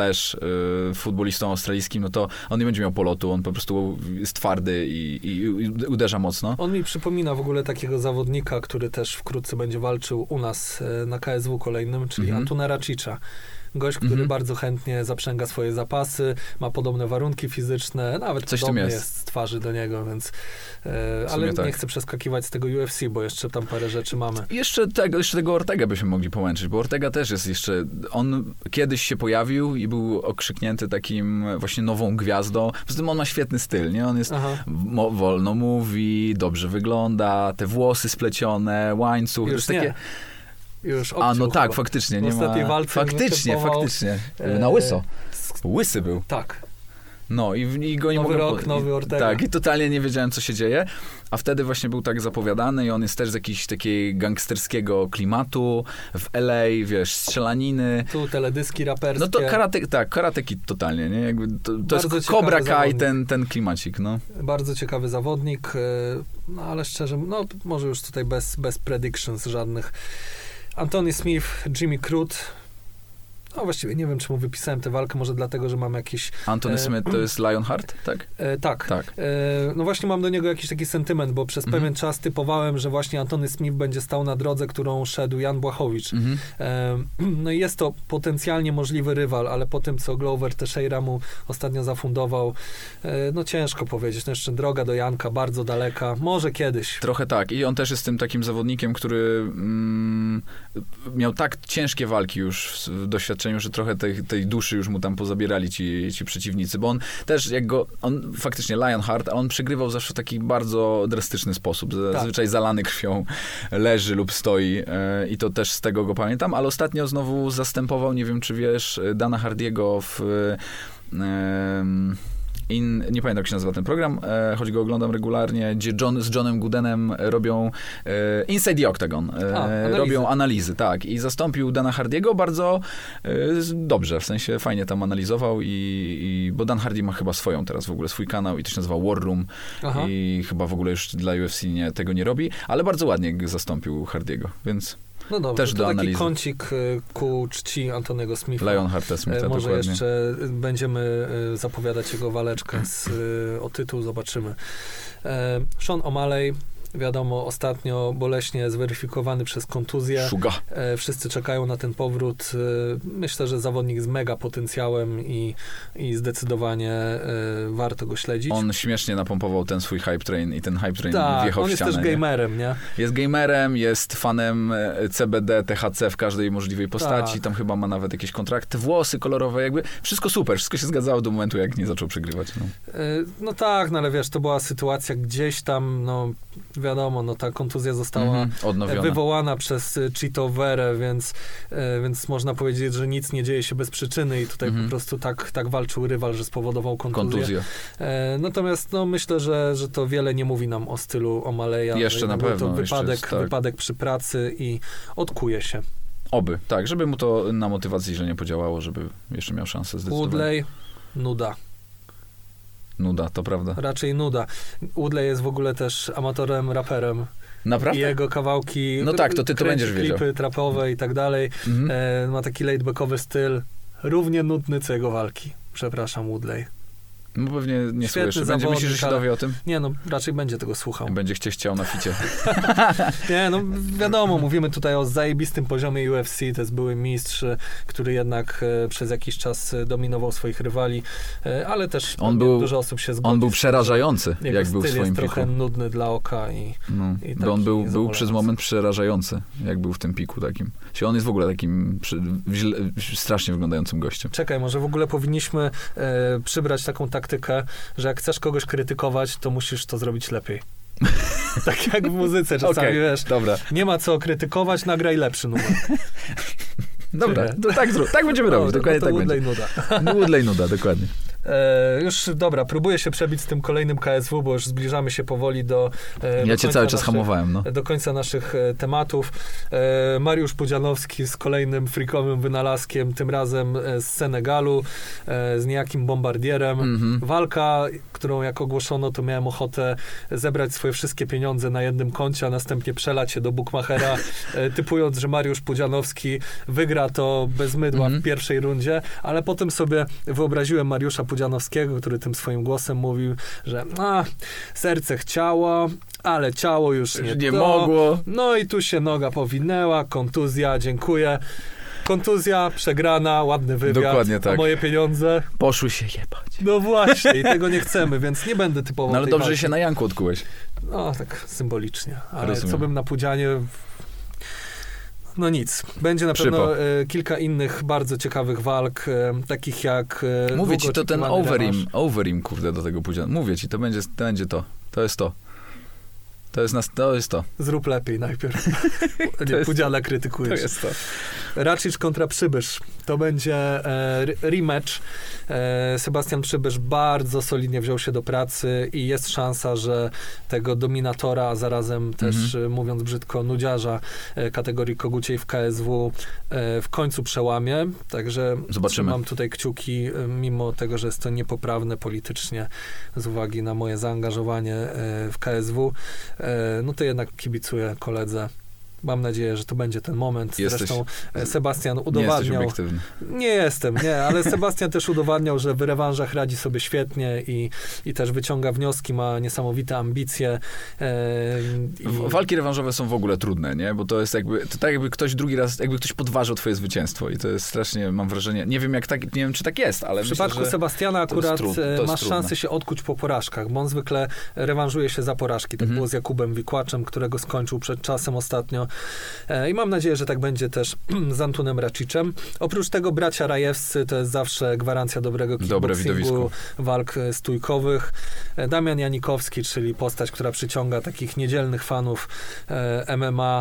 / futbolistą australijskim, no to on nie będzie miał polotu, on po prostu jest twardy i uderza mocno. On mi przypomina w ogóle takiego zawodnika, który też wkrótce będzie walczył u nas na KSW kolejnym, czyli Antuna Racicza. Gość, który bardzo chętnie zaprzęga swoje zapasy, ma podobne warunki fizyczne, nawet coś podobny jest z twarzy do niego, więc ale nie chcę przeskakiwać z tego UFC, bo jeszcze tam parę rzeczy mamy. Jeszcze tego Ortega byśmy mogli połączyć, bo Ortega też jest jeszcze, on kiedyś się pojawił i był okrzyknięty takim właśnie nową gwiazdą. Poza tym on ma świetny styl, nie? On jest, wolno mówi, dobrze wygląda, te włosy splecione, łańcuch, już takie... Już obciął tak, faktycznie. Nie ma... walce faktycznie. Na łyso. Łysy był. Tak. No i go nie nowy mogłem... rok, nowy Ortega. Tak, i totalnie nie wiedziałem, co się dzieje. A wtedy właśnie był tak zapowiadany i on jest też z jakiegoś takiego gangsterskiego klimatu w LA, strzelaniny. Tu teledyski raperskie. No to Karate Kid totalnie, nie? Jakby to jest Cobra Kai, ten klimacik, no. Bardzo ciekawy zawodnik, no ale szczerze, no może już tutaj bez predictions żadnych. Anthony Smith, Jimmy Crute. No właściwie nie wiem, czemu wypisałem tę walkę, może dlatego, że mam jakiś... Anthony Smith to jest Lionheart, tak? Tak. No właśnie mam do niego jakiś taki sentyment, bo przez pewien czas typowałem, że właśnie Anthony Smith będzie stał na drodze, którą szedł Jan Błachowicz. No i jest to potencjalnie możliwy rywal, ale po tym, co Glover Teixeira mu ostatnio zafundował, no ciężko powiedzieć. No jeszcze droga do Janka bardzo daleka. Może kiedyś. Trochę tak. I on też jest tym takim zawodnikiem, który miał tak ciężkie walki już w doświadczeniu, że trochę tej duszy już mu tam pozabierali ci przeciwnicy, bo on też, on faktycznie Lionheart, ale on przegrywał zawsze w taki bardzo drastyczny sposób. Zazwyczaj zalany krwią leży lub stoi i to też z tego go pamiętam, ale ostatnio znowu zastępował, nie wiem, czy wiesz, Dana Hardiego w... nie pamiętam, jak się nazywa ten program, choć go oglądam regularnie, gdzie z Johnem Goodenem robią Inside the Octagon. Robią analizy, tak. I zastąpił Dana Hardiego bardzo dobrze, w sensie fajnie tam analizował bo Dan Hardy ma chyba swoją teraz w ogóle, swój kanał i to się nazywa War Room i chyba w ogóle już dla UFC tego nie robi, ale bardzo ładnie zastąpił Hardiego, więc... No dobrze, też to do taki analizy. kącik ku czci Antonego Smitha. Lionhearta Smitha, Może dokładnie. jeszcze będziemy zapowiadać jego waleczkę o tytuł, zobaczymy. Sean O'Malley, wiadomo, ostatnio boleśnie zweryfikowany przez kontuzję. Szuga. Wszyscy czekają na ten powrót. Myślę, że zawodnik z mega potencjałem i zdecydowanie warto go śledzić. On śmiesznie napompował ten swój hype train i ten hype train tak, wjechał on w jest ścianę. też gamerem, nie? Jest gamerem, jest fanem CBD, THC w każdej możliwej postaci. Tak. Tam chyba ma nawet jakieś kontrakty, włosy kolorowe, jakby wszystko super, wszystko się zgadzało do momentu, jak nie zaczął przegrywać. No. No tak, no ale wiesz, to była sytuacja gdzieś tam, no wiadomo, no ta kontuzja została Odnowiona. wywołana przez cheatoverę, więc można powiedzieć, że nic nie dzieje się bez przyczyny i tutaj po prostu tak walczył rywal, że spowodował kontuzję. Natomiast no, myślę, że to wiele nie mówi nam o stylu O'Malley'a. Jeszcze na pewno. To wypadek przy pracy i odkuje się. Oby, tak, żeby mu to na motywacji źle nie podziałało, żeby jeszcze miał szansę zdecydować. Woodley, nuda. Nuda, to prawda. Raczej nuda. Woodley jest w ogóle też amatorem, raperem. Naprawdę? I jego kawałki, No tak, to ty to będziesz wiedział. klipy trapowe i tak dalej. Ma taki laidbackowy styl. Równie nudny co jego walki. Przepraszam, Woodley. No pewnie nie Świetny słyszy. Będzie myślisz, że się dowie o tym? Nie, no raczej będzie tego słuchał. Będzie chciał na ficie. Nie, no wiadomo, mówimy tutaj o zajebistym poziomie UFC, to jest były mistrz, który jednak przez jakiś czas dominował swoich rywali, ale też dużo osób się zgodzi. On był przerażający, jego jak był w swoim jest piku. trochę nudny dla oka bo on był przez moment przerażający, jak był w tym piku takim. On jest w ogóle takim strasznie wyglądającym gościem. Czekaj, może w ogóle powinniśmy przybrać taką taktykę, że jak chcesz kogoś krytykować, to musisz to zrobić lepiej. Tak jak w muzyce czasami, wiesz. Dobra. Nie ma co krytykować, nagraj lepszy numer. Dobra, to tak będziemy robić. Dokładnie no to tak Woodley będzie. nuda. Woodley nuda, dokładnie. Już dobra, próbuję się przebić z tym kolejnym KSW, bo już zbliżamy się powoli do Ja cię cały czas hamowałem, no. Do końca naszych tematów. Mariusz Pudzianowski z kolejnym freakowym wynalazkiem, tym razem z Senegalu, z niejakim bombardierem. Walka, którą jak ogłoszono, to miałem ochotę zebrać swoje wszystkie pieniądze na jednym koncie, a następnie przelać je do bookmachera, typując, że Mariusz Pudzianowski wygra to bez mydła w pierwszej rundzie, ale potem sobie wyobraziłem Mariusza Pudzianowskiego, który tym swoim głosem mówił, że serce chciało, ale ciało już nie mogło. No i tu się noga powinęła, kontuzja, dziękuję. Kontuzja, przegrana, ładny wywiad. Dokładnie tak. A moje pieniądze? Poszły się jebać. No właśnie, i tego nie chcemy, więc nie będę typowo No ale dobrze, że się na Janku odkułeś. No, tak symbolicznie. Ale Rozumiem. co bym na Pudzianie... No nic. Będzie na pewno kilka innych bardzo ciekawych walk, takich jak... Mówię ci, to ten Overeem, kurde, do tego Pudziana. Mówię ci, to będzie to. To jest to. To jest to. Zrób lepiej najpierw. Nie, Pudziana krytykujesz. To jest to. Racic kontra Przybysz. To będzie rematch. Sebastian Przybysz bardzo solidnie wziął się do pracy i jest szansa, że tego dominatora, a zarazem też, mówiąc brzydko, nudziarza kategorii koguciej w KSW w końcu przełamie. Także zobaczymy. Mam tutaj kciuki, mimo tego, że jest to niepoprawne politycznie z uwagi na moje zaangażowanie w KSW. No to jednak kibicuję koledze. Mam nadzieję, że to będzie ten moment. Zresztą Sebastian udowadniał... Nie jesteś obiektywny. Nie jestem, ale Sebastian też udowadniał, że w rewanżach radzi sobie świetnie i też wyciąga wnioski, ma niesamowite ambicje. Walki rewanżowe są w ogóle trudne, nie? Bo to jest to tak jakby ktoś drugi raz, jakby ktoś podważył twoje zwycięstwo i to jest strasznie, mam wrażenie, nie wiem czy tak jest, ale w przypadku Sebastiana akurat masz trudne. szansę się odkuć po porażkach, bo on zwykle rewanżuje się za porażki. Tak było z Jakubem Wikłaczem, którego skończył przed czasem ostatnio. I mam nadzieję, że tak będzie też z Antonem Racicem. Oprócz tego bracia Rajewscy to jest zawsze gwarancja dobrego kickboxingu, walk stójkowych. Damian Janikowski, czyli postać, która przyciąga takich niedzielnych fanów MMA.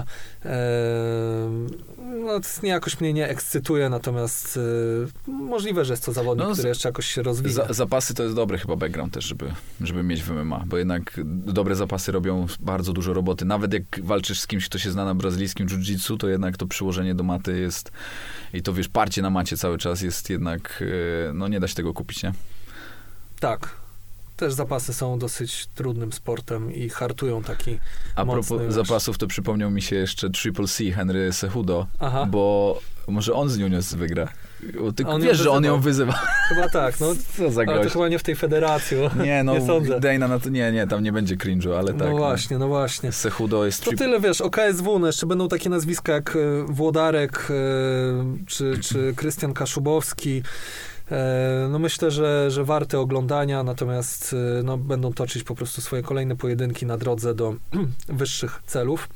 No, jakoś mnie nie ekscytuje, natomiast możliwe, że jest to zawodnik, który jeszcze jakoś się rozwija. Zapasy to jest dobry chyba background też, żeby mieć w MMA, bo jednak dobre zapasy robią bardzo dużo roboty. Nawet jak walczysz z kimś, kto się zna na brazylijskim jiu-jitsu, to jednak to przyłożenie do maty jest i to, wiesz, parcie na macie cały czas jest jednak, no nie da się tego kupić, nie? Tak. też zapasy są dosyć trudnym sportem i hartują taki A mocny propos zapasów, to przypomniał mi się jeszcze Triple C, Henry Cejudo, bo może on z Nunes wygra. Ty wiesz, że on ją wyzywa. Chyba tak, no. Co za gość. Ale to chyba nie w tej federacji. Nie, no, nie sądzę. Dana na to, nie, tam nie będzie cringe'u, ale tak. No właśnie. Cejudo jest... To tyle, wiesz, o KSW, no jeszcze będą takie nazwiska jak Włodarek czy Krystian Kaszubowski. No myślę, że warte oglądania, natomiast no, będą toczyć po prostu swoje kolejne pojedynki na drodze do wyższych celów.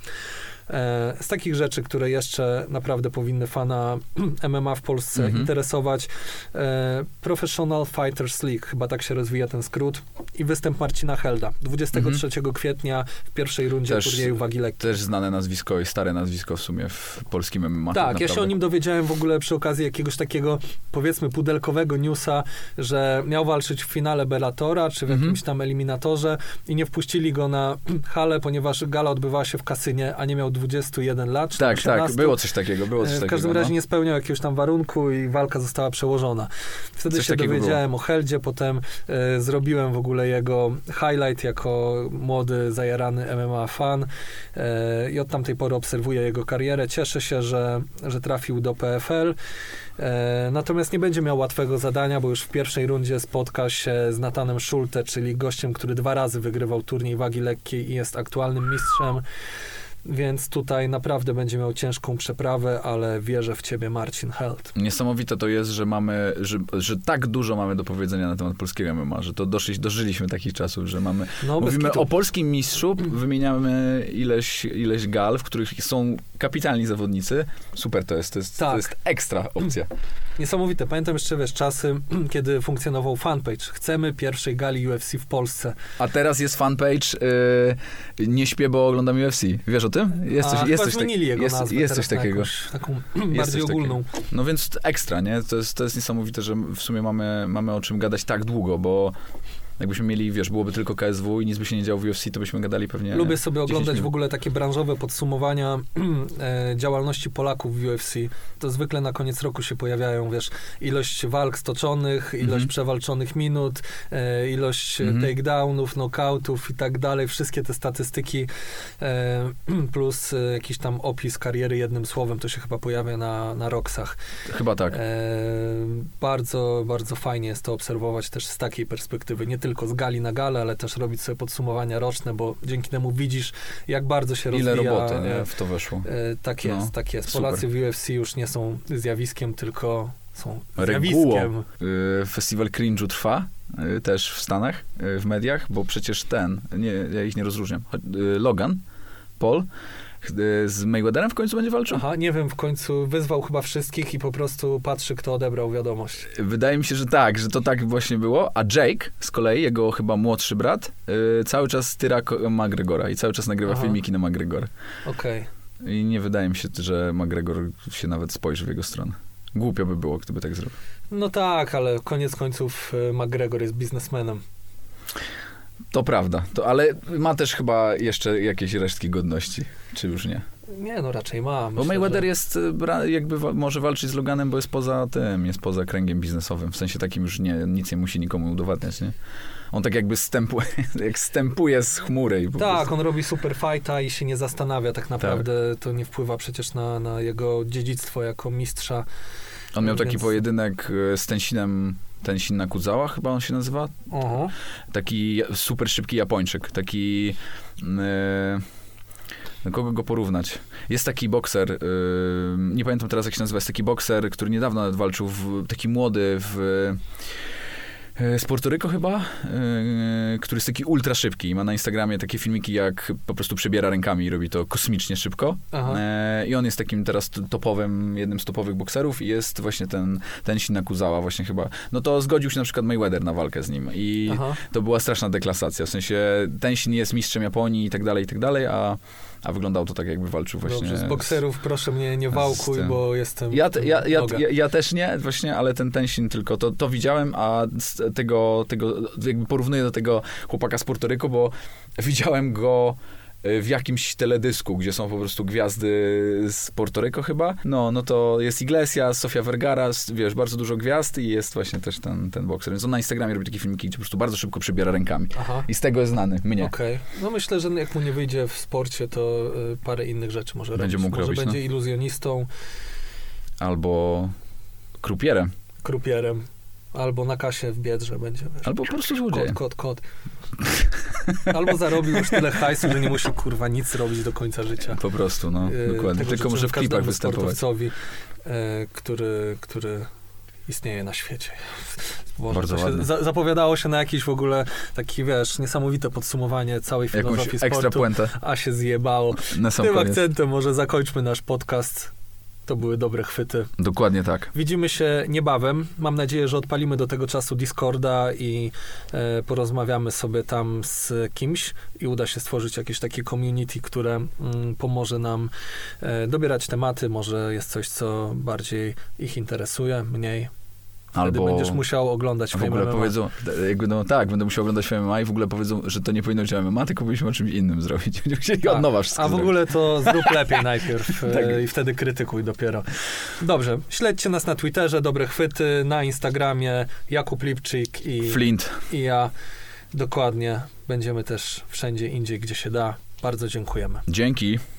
Z takich rzeczy, które jeszcze naprawdę powinny fana MMA w Polsce interesować, Professional Fighters League, chyba tak się rozwija ten skrót, i występ Marcina Helda 23 kwietnia w pierwszej rundzie turnieju wagi lekkiej. Też znane nazwisko i stare nazwisko w sumie w polskim MMA. Tak, naprawdę. Ja się o nim dowiedziałem w ogóle przy okazji jakiegoś takiego, powiedzmy, pudelkowego newsa, że miał walczyć w finale Bellatora, czy w jakimś tam eliminatorze i nie wpuścili go na halę, ponieważ gala odbywała się w kasynie, a nie miał 21 lat. Tak, 18. Było coś takiego. W każdym razie nie spełniał jakiegoś tam warunku i walka została przełożona. Wtedy coś się dowiedziałem o Heldzie, potem zrobiłem w ogóle jego highlight jako młody, zajarany MMA fan i od tamtej pory obserwuję jego karierę. Cieszę się, że trafił do PFL. Natomiast nie będzie miał łatwego zadania, bo już w pierwszej rundzie spotka się z Nathanem Schulte, czyli gościem, który 2 razy wygrywał turniej wagi lekkiej i jest aktualnym mistrzem. Więc tutaj naprawdę będzie miał ciężką przeprawę, ale wierzę w ciebie, Marcin Held. Niesamowite to jest, że mamy, że tak dużo mamy do powiedzenia na temat polskiego MMA, że to dożyliśmy takich czasów, że mamy... Mówimy o polskim mistrzu, wymieniamy ileś gal, w których są kapitalni zawodnicy. Super to jest ekstra opcja. Niesamowite. Pamiętam jeszcze, czasy, kiedy funkcjonował fanpage. Chcemy pierwszej gali UFC w Polsce. A teraz jest fanpage nie śpię, bo oglądam UFC. Wiesz o tym? Jest coś takiego. Taką bardziej ogólną. No więc ekstra, nie? To jest niesamowite, że w sumie mamy o czym gadać tak długo, bo jakbyśmy mieli, byłoby tylko KSW i nic by się nie działo w UFC, to byśmy gadali pewnie... Lubię sobie oglądać w ogóle takie branżowe podsumowania działalności Polaków w UFC. To zwykle na koniec roku się pojawiają, ilość walk stoczonych, ilość przewalczonych minut, ilość takedownów, knockoutów i tak dalej. Wszystkie te statystyki plus jakiś tam opis kariery jednym słowem, to się chyba pojawia na Roxach. Chyba tak. Bardzo, bardzo fajnie jest to obserwować też z takiej perspektywy. Nie tylko z gali na galę, ale też robić sobie podsumowania roczne, bo dzięki temu widzisz, jak bardzo się rozwija. Ile roboty w to weszło. Tak jest, tak jest. Polacy w UFC już nie są zjawiskiem, tylko są regułą. Zjawiskiem. Festiwal cringe'u trwa też w Stanach, w mediach, bo przecież ja ich nie rozróżniam. Logan Paul z Mayweatherem w końcu będzie walczył? Aha, nie wiem, w końcu wyzwał chyba wszystkich i po prostu patrzy, kto odebrał wiadomość. Wydaje mi się, że to tak właśnie było, a Jake z kolei, jego chyba młodszy brat, cały czas tyra McGregora i cały czas nagrywa filmiki na McGregor. Okej. I nie wydaje mi się, że McGregor się nawet spojrzy w jego stronę. Głupio by było, gdyby tak zrobił. No tak, ale koniec końców McGregor jest biznesmenem. To prawda, ale ma też chyba jeszcze jakieś resztki godności, czy już nie? Nie, no raczej ma. Bo Mayweather może walczyć z Loganem, bo jest poza kręgiem biznesowym. W sensie takim już nic nie musi nikomu udowadniać, nie? On tak jakby stępuje z chmury. Tak, on robi super fighta i się nie zastanawia tak naprawdę. Tak. To nie wpływa przecież na jego dziedzictwo jako mistrza. On miał taki pojedynek z Tenshin Nakudzawa, chyba on się nazywa. Taki super szybki Japończyk. Taki... kogo go porównać? Jest taki bokser, nie pamiętam teraz jak się nazywa, jest taki bokser, który niedawno nawet walczył, taki młody z Porto Rico chyba, który jest taki ultra szybki i ma na Instagramie takie filmiki, jak po prostu przebiera rękami i robi to kosmicznie szybko. I on jest takim teraz jednym z topowych bokserów i jest właśnie ten Shin Nakudzawa właśnie chyba. No to zgodził się na przykład Mayweather na walkę z nim i to była straszna deklasacja. W sensie ten Shin jest mistrzem Japonii i tak dalej, a wyglądało to tak, jakby walczył właśnie... Dobrze, z bokserów proszę mnie nie wałkuj, bo jestem... Ja też nie, właśnie, ale ten Tenshin tylko, to widziałem, a tego jakby porównuję do tego chłopaka z Porto Rico, bo widziałem go w jakimś teledysku, gdzie są po prostu gwiazdy z Puerto Rico chyba. No to jest Iglesias, Sofia Vergara, wiesz, bardzo dużo gwiazd i jest właśnie też ten bokser. Więc on na Instagramie robi takie filmiki, gdzie po prostu bardzo szybko przybiera rękami. Aha. I z tego jest znany, mnie. Okej. No myślę, że jak mu nie wyjdzie w sporcie, to parę innych rzeczy może Będzie robić. mógł Może robić, będzie iluzjonistą, Albo krupierem. krupierem, albo na kasie w Biedrze będzie. Wiesz, Albo po prostu złodziejem. Kod. Albo zarobił już tyle hajsu, że nie musi kurwa nic robić do końca życia. Po prostu, no, dokładnie. Tego Tylko może w klipach występować. sportowcowi, który istnieje na świecie. Boże, Bardzo to ładnie. zapowiadało się na jakieś w ogóle taki, wiesz, niesamowite podsumowanie całej filozofii Jakąś sportu. ekstra puentę A się zjebało. na sam Tym koniec. akcentem może zakończmy nasz podcast. To były dobre chwyty. Dokładnie tak. Widzimy się niebawem. Mam nadzieję, że odpalimy do tego czasu Discorda i porozmawiamy sobie tam z kimś i uda się stworzyć jakieś takie community, które pomoże nam dobierać tematy. Może jest coś, co bardziej ich interesuje, mniej. Wtedy Albo będziesz musiał oglądać w ogóle MMA. powiedzą, jakby, no tak, będę musiał oglądać MMA i w ogóle powiedzą, że to nie powinno być MMA, tylko powinniśmy o czymś innym zrobić. Będziemy musieli od nowa wszystko A w zrobić. ogóle to zrób lepiej najpierw Tak. i wtedy krytykuj dopiero. Dobrze, śledźcie nas na Twitterze, Dobre Chwyty, na Instagramie Jakub Lipczyk Flint. i ja. Dokładnie. Będziemy też wszędzie indziej, gdzie się da. Bardzo dziękujemy. Dzięki.